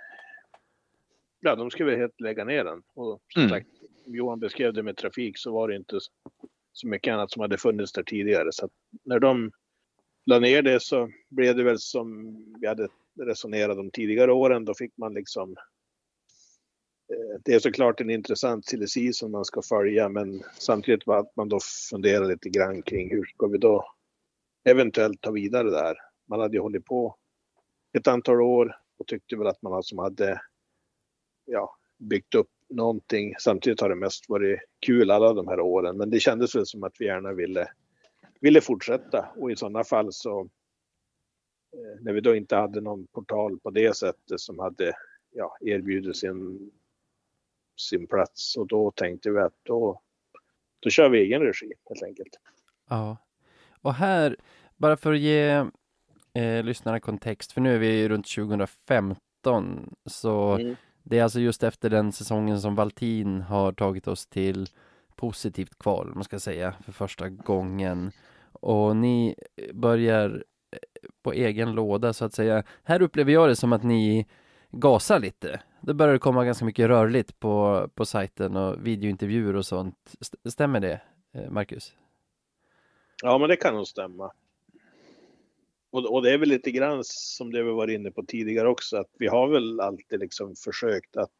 de skulle helt lägga ner den. Och som sagt, Johan beskrev det med trafik så var det inte så mycket annat som hade funnits där tidigare. Så att när de la ner det så blev det väl som vi hade resonerat om tidigare åren. Då fick man liksom, det är såklart en intressant silly som man ska följa, men samtidigt var att man då funderar lite grann kring hur ska vi då eventuellt ta vidare där. Man hade ju hållit på ett antal år och tyckte väl att man alltså hade byggt upp någonting. Samtidigt har det mest varit kul alla de här åren, men det kändes väl som att vi gärna ville fortsätta och i sådana fall så när vi då inte hade någon portal på det sättet som hade erbjudit sin plats, och då tänkte vi att då kör vi egen regi helt enkelt. Ja, och här bara för att ge lyssnarna kontext, för nu är vi runt 2015 så det är alltså just efter den säsongen som Valtin har tagit oss till positivt kval, man ska säga, för första gången. Och ni börjar på egen låda så att säga. Här upplever jag det som att ni gasar lite. Det börjar komma ganska mycket rörligt på sajten och videointervjuer och sånt. Stämmer det, Marcus? Ja, men det kan nog stämma. Och det är väl lite grann som det vi var inne på tidigare också, att vi har väl alltid liksom försökt att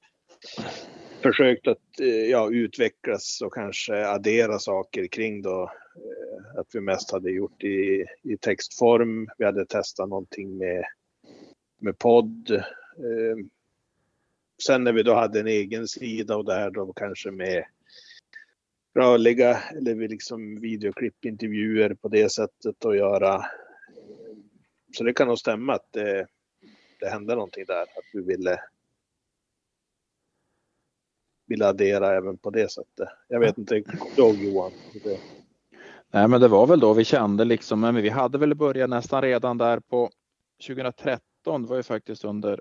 utvecklas och kanske addera saker kring då. Att vi mest hade gjort i textform. Vi hade testat någonting med podd. Sen när vi då hade en egen sida och det här då kanske med rörliga eller liksom videoklippintervjuer på det sättet att göra. Så det kan nog stämma att det hände någonting där, att vi ville addera även på det sättet. Jag vet inte, då Johan. Nej, men det var väl då vi kände liksom, men vi hade väl börjat nästan redan där på 2013, var ju faktiskt under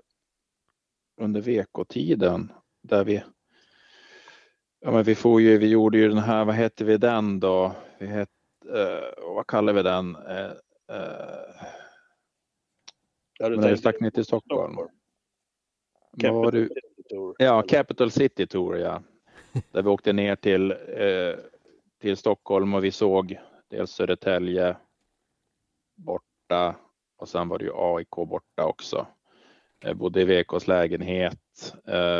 VK-tiden där vi gjorde ju den här, vad heter vi den då? Vad kallar vi den? När vi stack ner till Stockholm. Capital City Tour, ja. Där vi åkte ner till Stockholm och vi såg dels Södertälje borta och sen var det ju AIK borta också. Jag bodde i VKs lägenhet.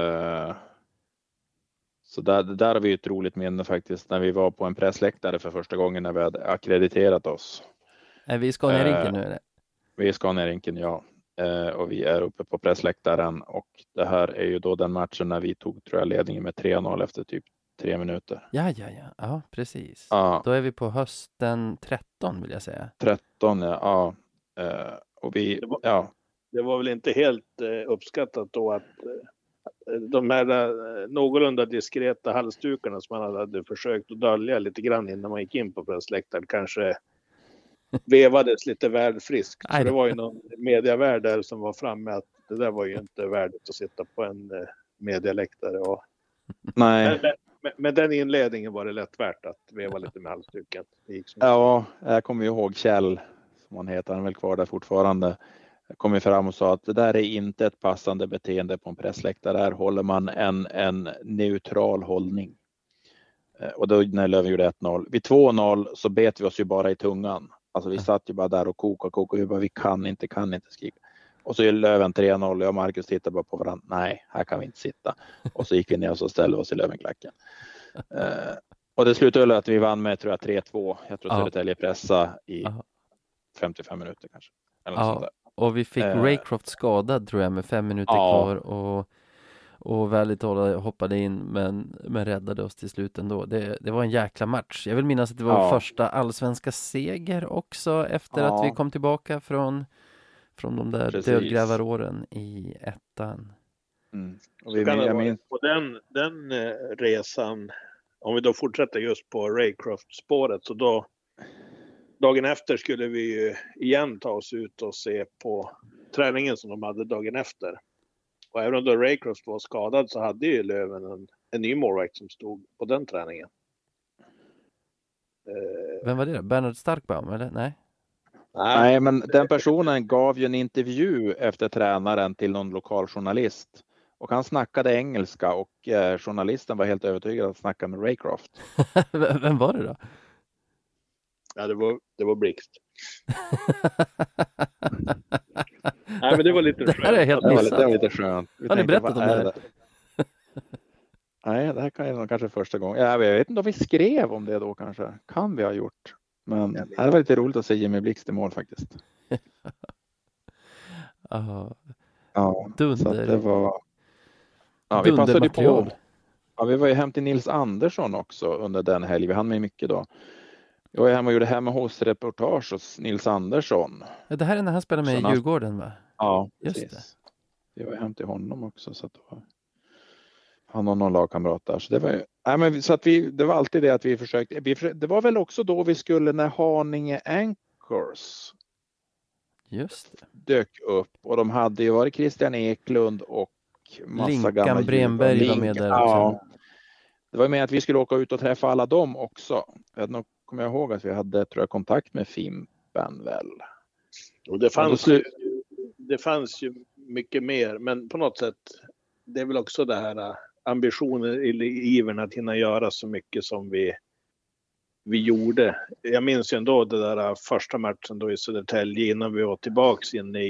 Så där har vi ett roligt minne faktiskt, när vi var på en pressläktare för första gången när vi hade akkrediterat oss. Är vi i Scania-rinken nu eller? Vi är i Scania-rinken, ja. Och vi är uppe på pressläktaren och det här är ju då den matchen när vi tog, tror jag, ledningen med 3-0 efter typ 3 minuter. Ja, precis. Ja. Då är vi på hösten 13 vill jag säga. 13, ja. Och Det var väl inte helt uppskattat då att de här någorlunda diskreta halsdukarna som man hade försökt att dölja lite grann innan man gick in på pressläktaren kanske vevades lite väl friskt. Så det var ju någon mediavärd där som var framme att det där var ju inte värdigt att sitta på en medialäktare. Och nej. Men den inledningen var det lätt värt att veva lite med halsduken. Ja, jag kommer ihåg Kjell, som han heter, han är väl kvar där fortfarande. Jag kom fram och sa att det där är inte ett passande beteende på en pressläktare. Där håller man en neutral hållning. Och då när Löven gjorde 1-0. Vid 2-0 så bet vi oss ju bara i tungan. Alltså vi satt ju bara där och kokade. Vi bara, vi kan inte skrika. Och så är Löven 3-0 och jag och Marcus tittade bara på varandra. Nej, här kan vi inte sitta. Och så gick vi ner och så ställde oss i Lövenklacken. Och det slutade att vi vann med, tror jag, 3-2. Jag tror Södertälje pressa i 55 minuter kanske. Eller sånt där. Och vi fick Raycroft skadad, tror jag, med 5 minuter kvar. Och väldigt hoppade in men räddade oss till slut ändå. Det var en jäkla match. Jag vill minnas att det var första allsvenska seger också efter att vi kom tillbaka från de där dödgrävaråren i ettan. Och på den resan, om vi då fortsätter just på Raycroft-spåret, så då dagen efter skulle vi ju igen ta oss ut och se på träningen som de hade dagen efter. Och även om då Raycroft var skadad så hade ju Löven en ny målvakt som stod på den träningen. Vem var det då? Bernhard Starkbaum, eller? Nej, men den personen gav ju en intervju efter tränaren till någon lokaljournalist. Och han snackade engelska och journalisten var helt övertygad att snacka med Raycroft. Vem var det då? Ja, det var Blixt. Nej, men det var lite skönt. Det här är helt missat. Det var lite skönt. Har ni berättat om det här? Nej, det här kan ju kanske första gången. Jag vet inte om vi skrev om det då kanske. Kan vi ha gjort. Men det var lite roligt att se Jimmy Blixt i mål faktiskt. Dunder. Så det var... Ja, vi passade på. Ja, vi var ju hem till Nils Andersson också under den helgen. Vi hann med mycket då. Jag var hemma och gjorde hemma hos reportage hos Nils Andersson. Ja, det här är när han spelar med i Djurgården, va? Ja, just precis. Det. Vi var hem till honom också. Så att han har någon lagkamrat där. Så det var ju, så att det var alltid det att vi försökte. Det var väl också då vi skulle när Haninge Anchors dök upp. Och de hade ju varit Christian Eklund och massa gamla Linkan Bremberg var med där också. Det var med att vi skulle åka ut och träffa alla dem också. Kommer jag ihåg att vi hade, tror jag, kontakt med Fimpen väl. Och det fanns ju mycket mer, men på något sätt det är väl också det här ambitionen eller ivern att hinna göra så mycket som vi vi gjorde. Jag minns ju ändå det där första matchen då i Södertälje innan vi var tillbaks inne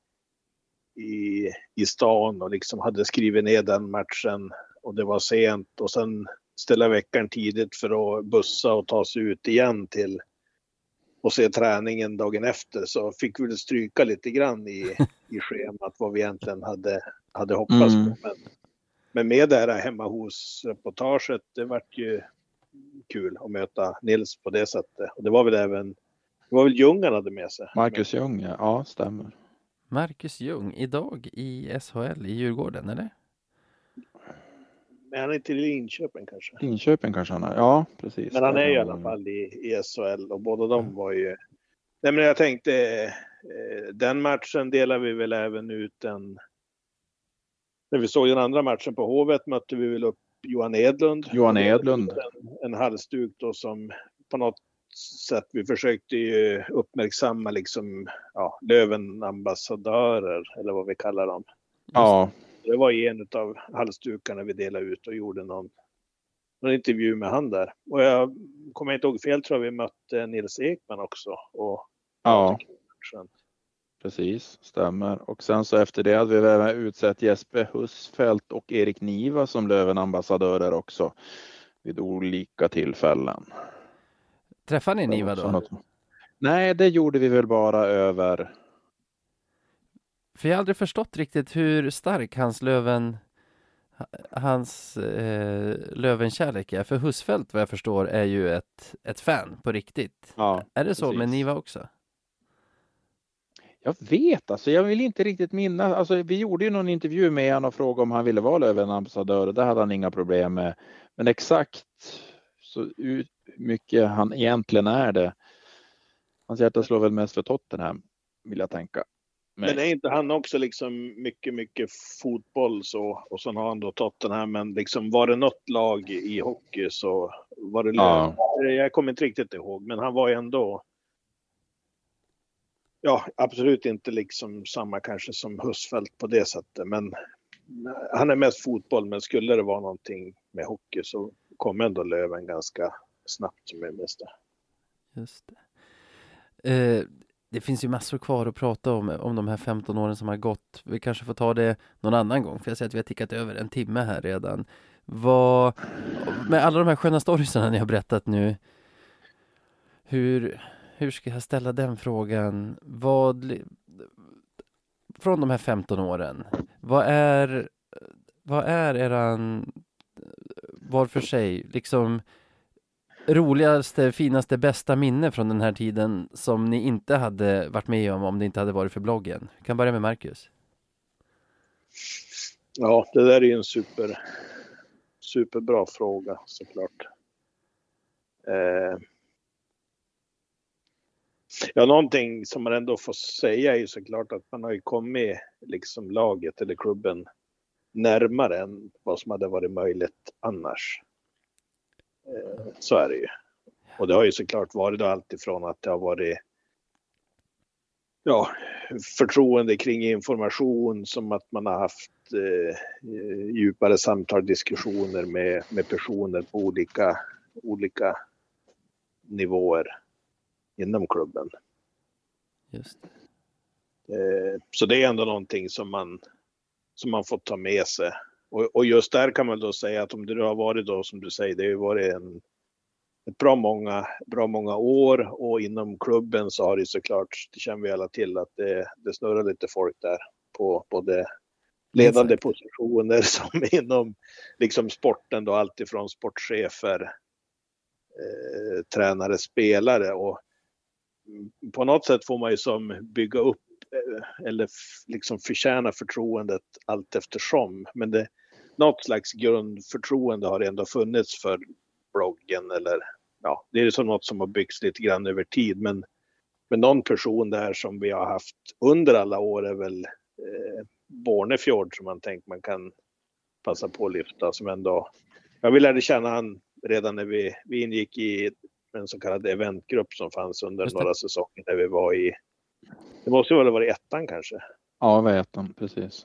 i stan och liksom hade skrivit ner den matchen och det var sent och sen ställa veckan tidigt för att bussa och ta sig ut igen till och se träningen dagen efter, så fick vi stryka lite grann i schemat vad vi egentligen hade hoppats på. Men med det här hemma hos reportaget, det vart ju kul att möta Nils på det sättet. Och det var väl Ljung han hade med sig. Marcus Ljung, ja, stämmer. Marcus Ljung, idag i SHL i Djurgården, eller? Men han är inte i Linköping kanske. Linköping kanske han är, ja precis. Men han är i alla fall i SHL och båda de var ju... Nej men jag tänkte, den matchen delar vi väl även ut när vi såg den andra matchen på Hovet mötte vi väl upp Johan Edlund. En halsduk då som på något sätt vi försökte ju uppmärksamma liksom, ja, Löven-ambassadörer eller vad vi kallar dem. Ja. Det var en av halsdukarna vi delade ut och gjorde någon intervju med han där. Och jag kommer inte ihåg fel, tror jag vi mötte Nils Ekman också. Ja, precis, stämmer. Och sen så efter det hade vi även utsett Jesper Husfeldt och Erik Niva som Löven-ambassadörer också vid olika tillfällen. Träffade ni Niva då? Nej, det gjorde vi väl bara över. För jag har aldrig förstått riktigt hur stark hans Lövenkärlek är. För Husfeldt, vad jag förstår, är ju ett fan på riktigt. Ja, är det så precis. med Niva också? Jag vet, alltså jag vill inte riktigt minnas. Alltså vi gjorde ju någon intervju med honom och frågade om han ville vara Löven-ambassadör och det hade han inga problem med. Men exakt så mycket han egentligen är det. Hans hjärta slår väl mest för Tottenham, vill jag tänka. Men är inte han också liksom mycket fotboll så, och så har han då Tottenham, men liksom var det något lag i hockey så var det Löven. Ja. Jag kommer inte riktigt ihåg, men han var ju ändå, ja, absolut inte liksom samma kanske som Husfeldt på det sättet, men han är mest fotboll, men skulle det vara någonting med hockey så kommer ändå Löven ganska snabbt som jag minns det. Just det. Det finns ju massor kvar att prata om de här 15 åren som har gått. Vi kanske får ta det någon annan gång, för jag ser att vi har tickat över en timme här redan. Med alla de här sköna storiesarna ni har berättat nu, hur ska jag ställa den frågan? Från de här 15 åren, vad är eran var för sig liksom roligaste, finaste, bästa minne från den här tiden som ni inte hade varit med om det inte hade varit för bloggen? Vi kan börja med Marcus. Ja, det där är ju en superbra fråga såklart. Ja, någonting som man ändå får säga är ju såklart att man har ju kommit liksom laget eller klubben närmare än vad som hade varit möjligt annars. Så är det ju. Och det har ju såklart varit då alltifrån att det har varit förtroende kring information, som att man har haft djupare samtal, diskussioner med personer på olika nivåer inom klubben. Just det. Så det är ändå någonting som man får ta med sig. Och just där kan man då säga att om det har varit då, som du säger, det har ju varit ett bra många år, och inom klubben så har det såklart, det känner vi alla till, att det snurrar lite folk där på både ledande positioner som inom liksom sporten då, allt ifrån sportchefer, tränare, spelare, och på något sätt får man ju som bygga upp eller liksom förtjäna förtroendet allt eftersom, men något slags grundförtroende har ändå funnits för bloggen, eller ja, det är så något som har byggts lite grann över tid, men någon person där som vi har haft under alla år är väl Bornefjord, som man tänker man kan passa på att lyfta, som ändå, vi lärde känna han redan när vi ingick i en så kallad eventgrupp som fanns under några säsonger där vi var i, det måste ju väl ha varit ettan kanske. Ja, det var ettan, precis.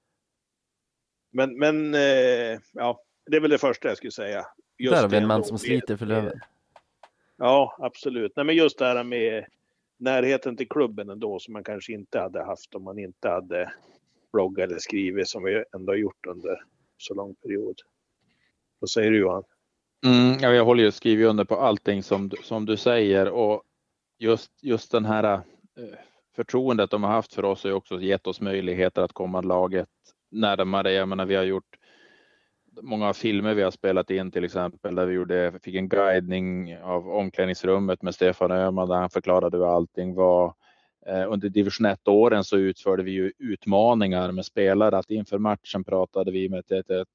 Men ja, det är väl det första jag skulle säga. Just där har vi en man som sliter för Löven. Ja, absolut. Nej, men just det här med närheten till klubben ändå som man kanske inte hade haft om man inte hade bloggat eller skrivit som vi ändå har gjort under så lång period. Vad säger du, Johan? Ja, jag håller ju skrivit under på allting som du säger, och just den här förtroendet de har haft för oss har ju också gett oss möjligheter att komma laget närmare. Jag menar, vi har gjort många filmer vi har spelat in till exempel där vi fick en guidning av omklädningsrummet med Stefan Öhman där han förklarade hur allting var. Under division 1-åren så utförde vi ju utmaningar med spelare, att inför matchen pratade vi med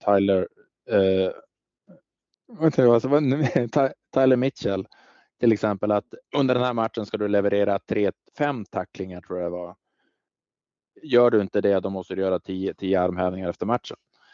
Tyler Mitchell till exempel, att under den här matchen ska du leverera 5 tacklingar tror jag det var. Gör du inte det, då måste du göra 10 armhävningar efter matchen.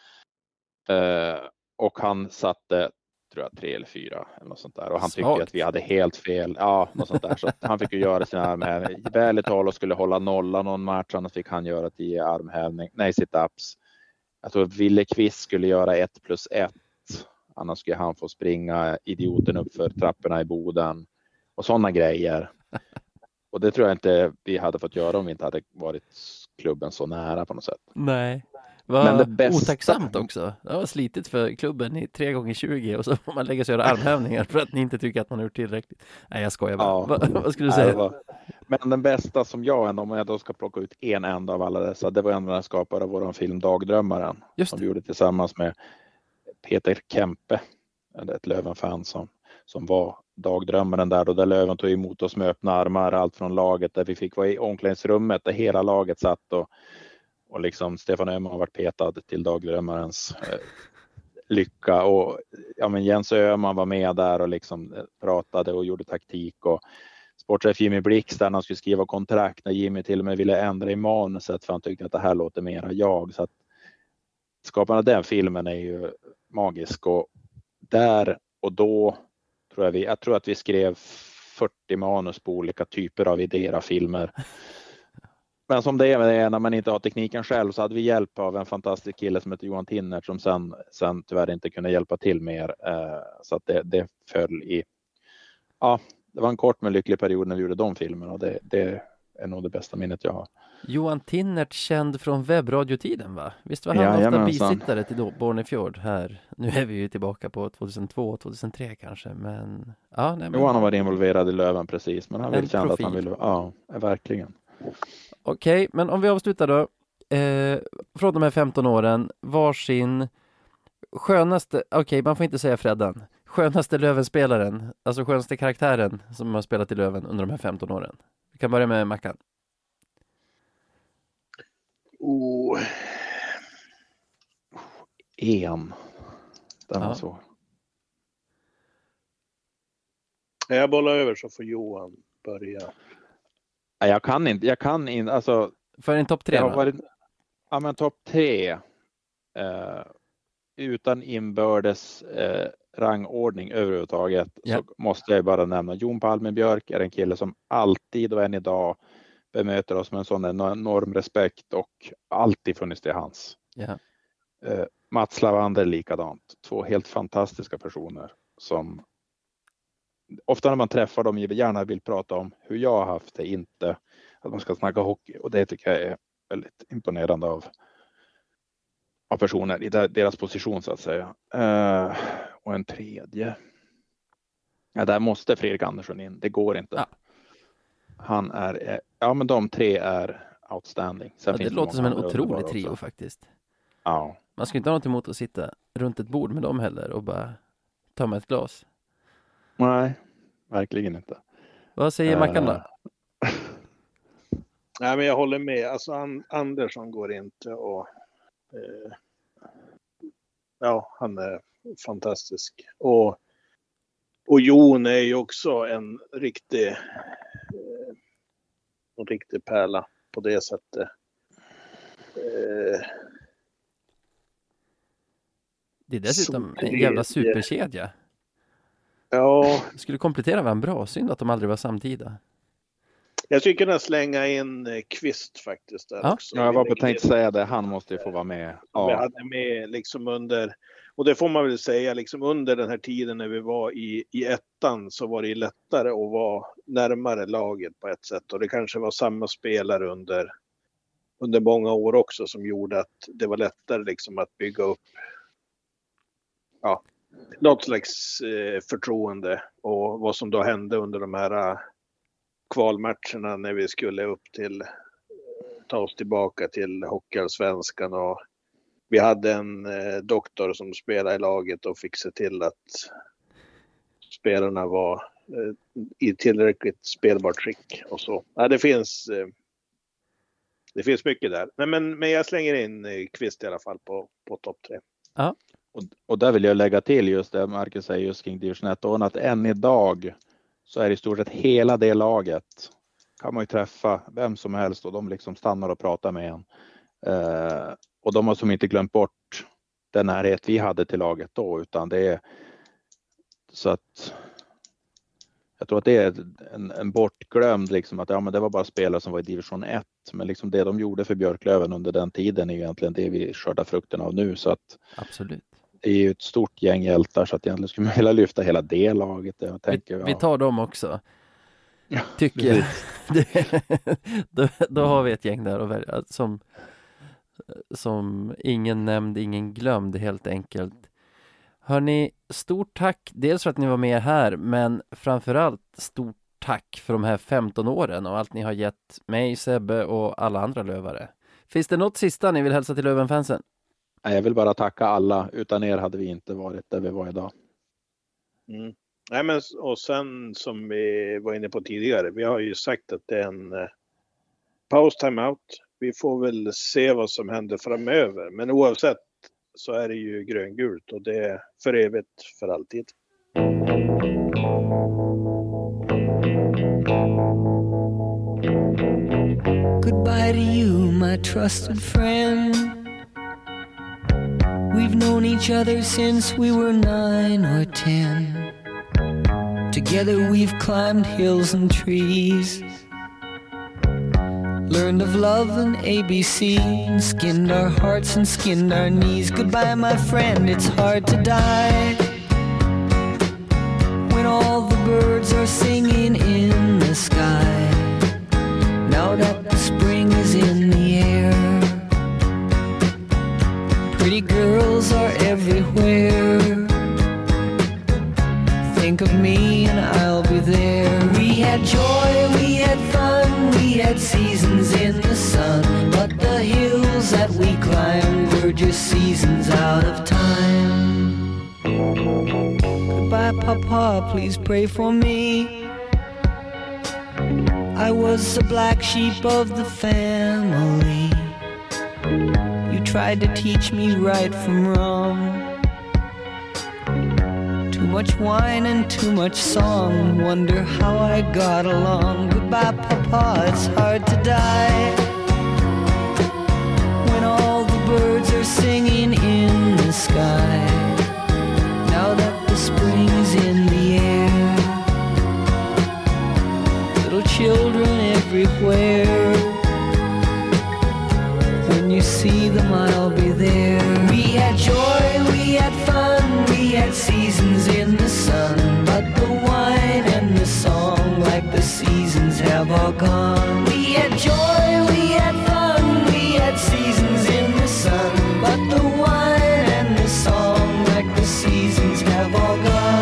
Och han satte, tror jag, 3 eller 4 eller något sånt där. Och han tyckte att vi hade helt fel. Ja, något sånt där. Så han fick ju göra sina armhävningar. Väldigt tal och skulle hålla nolla någon match, annars fick han göra 10 sit-ups. Jag tror Ville Kvist skulle göra 1+1. Annars skulle han få springa idioten upp för trapporna i Boden. Och sådana grejer. Och det tror jag inte vi hade fått göra om vi inte hade varit klubben så nära på något sätt. Nej. Men det bästa... Otacksamt också. Det var slitigt för klubben i 3x20 och så får man lägga sig och göra armhävningar för att ni inte tycker att man har gjort tillräckligt. Nej, jag skojar bara. Ja. Vad skulle du säga? Men den bästa som jag ändå, om jag då ska plocka ut en enda av alla dessa, det var ändå den skapare av vår film Dagdrömmaren. Som vi gjorde tillsammans med Peter Kempe, ett Löven-fan som var dagdrömmaren där, och där Löven tog emot oss med öppna armar, allt från laget där vi fick vara i omklädningsrummet där hela laget satt och liksom Stefan Öhman har varit petad till dagdrömmarens lycka, och ja, men Jens Öhman var med där och liksom pratade och gjorde taktik, och sportchef Jimmy Blix där han skulle skriva kontrakt när Jimmy till och med ville ändra i manuset för han tyckte att det här låter mera jag, så att skapandet av den filmen är ju magisk, och där och då jag tror att vi skrev 40 manus på olika typer av idéer av filmer. Men som det är när man inte har tekniken själv, så hade vi hjälp av en fantastisk kille som heter Johan Tinnert som sen tyvärr inte kunde hjälpa till mer. Så att det föll i... Ja, det var en kort men lycklig period när vi gjorde de filmerna, och det är nog det bästa minnet jag har. Johan Tinnert, känd från webbradiotiden, va? Visst var han ofta bisittare till Bornefjord här? Nu är vi ju tillbaka på 2002, 2003 kanske, men... Ja, nej, men... Johan har varit involverad i Löven precis, men han vill känna att han vill... Ja, verkligen. Okej, men om vi avslutar då. Från de här 15 åren, varsin skönaste... Okej, man får inte säga Freddan. Skönaste Lövenspelaren, alltså skönaste karaktären som har spelat i Löven under de här 15 åren. Vi kan börja med Mackan. Den var så. Jag bollar över så får Johan börja. Jag kan inte, alltså. För en topp 3 då? Ja, men topp 3. Utan inbördes rangordning överhuvudtaget, så måste jag bara nämna Jon Palmenbjörk är en kille som alltid och än idag bemöter oss med en sån enorm respekt och alltid funnits till hans. Mats Lavander likadant. 2 helt fantastiska personer som ofta när man träffar dem gärna vill prata om hur jag har haft det, inte att man ska snacka hockey, och det tycker jag är väldigt imponerande av personer i deras position så att säga. Och en tredje. Ja, där måste Fredrik Andersson in. Det går inte. Ja. Han är, men de 3 är outstanding. Sen finns det låter som en otrolig trio faktiskt. Ja. Man ska inte ha något emot att sitta runt ett bord med dem heller och bara ta med ett glas. Nej, verkligen inte. Vad säger Mackan då? Nej, men jag håller med. Alltså Andersson går inte, och han är fantastisk. Och Jon är ju också en riktig pärla på det sättet. Det är dessutom en jävla superkedja. Ja. Det skulle komplettera varandra bra. Synd att de aldrig var samtida. Jag skulle kunna slänga in Kvist faktiskt där också. Ja, jag var på tänkt säga det. Han måste ju få vara med. Ja. Vi hade med liksom under, och det får man väl säga, liksom under den här tiden när vi var i ettan så var det lättare att vara närmare laget på ett sätt. Och det kanske var samma spelare under många år också som gjorde att det var lättare liksom att bygga upp något slags förtroende. Och vad som då hände under de här kvalmatcherna när vi skulle upp till ta oss tillbaka till Hockeyallsvenskan, och vi hade en doktor som spelade i laget och fick se till att spelarna var i tillräckligt spelbart skick och så. Ja, det finns mycket där. Men jag slänger in Kvist i alla fall på topp 3. Ja. Och där vill jag lägga till just det Marcus säger just kring division 1, och att än idag så är det i stort sett hela det laget kan man ju träffa vem som helst och de liksom stannar och pratar med en. Och de har som inte glömt bort den närhet vi hade till laget då, utan det är så att jag tror att det är en bortglömd liksom att men det var bara spelare som var i division 1, men liksom det de gjorde för Björklöven under den tiden är ju egentligen det vi skördar frukten av nu, så att absolut. Det är ju ett stort gäng hjältar, så att egentligen skulle man vilja lyfta hela det laget. Jag tänker, vi tar dem också. Ja, tycker då har vi ett gäng där att välja, som ingen nämnd, ingen glömd helt enkelt. Hörrni, stort tack dels för att ni var med här, men framförallt stort tack för de här 15 åren och allt ni har gett mig, Sebbe och alla andra lövare. Finns det något sista ni vill hälsa till Lövenfansen? Jag vill bara tacka alla. Utan er hade vi inte varit där vi var idag. Nej, men och sen som vi var inne på tidigare, vi har ju sagt att det är en paus timeout. Vi får väl se vad som händer framöver, men oavsett så är det ju gröngult och det är för evigt, för alltid. Goodbye to you, my trusted friend. We've known each other since we were 9 or 10. Together we've climbed hills and trees, learned of love and ABC, and skinned our hearts and skinned our knees. Goodbye, my friend, it's hard to die when all the birds are singing in the sky. Now that the spring is in the air, pretty girls are everywhere. Think of me and I'll be there. We had joy, we had fun, we had seasons in the sun, but the hills that we climbed were just seasons out of time. Goodbye, Papa, please pray for me. I was the black sheep of the family. You tried to teach me right from wrong. Too much wine and too much song, wonder how I got along. Goodbye, Papa, it's hard to die when all the birds are singing in the sky. Now that the spring is in the air, little children everywhere. When you see them, I'll be there. We had joy, we had fun, we had seasons in the sun, but the wine and the song, like the seasons, have all gone. We had joy, we had fun, we had seasons in the sun, but the wine and the song, like the seasons, have all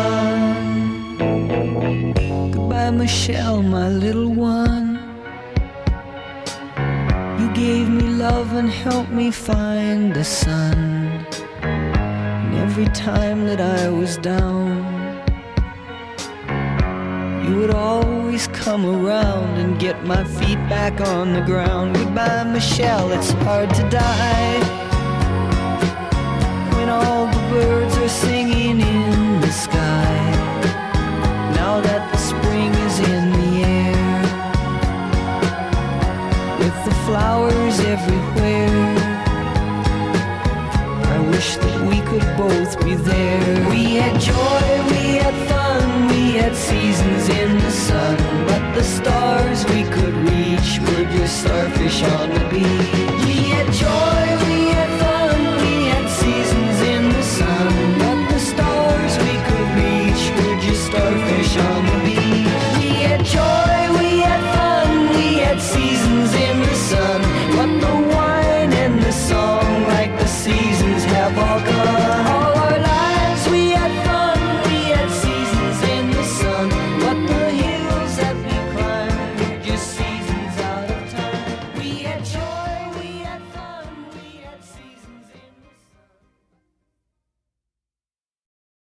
gone. Goodbye, Michelle, my little one. You gave me love and helped me find the sun. And every time that I was down, you would always come around and get my feet back on the ground. Goodbye, Michelle, it's hard to die when all the birds are singing in the sky. Now that the spring is in the air, with the flowers everywhere, I wish that we could both be there. We had joy, we had fun, we had seasons in the sun, but the stars we could reach, we're just starfish on the beach.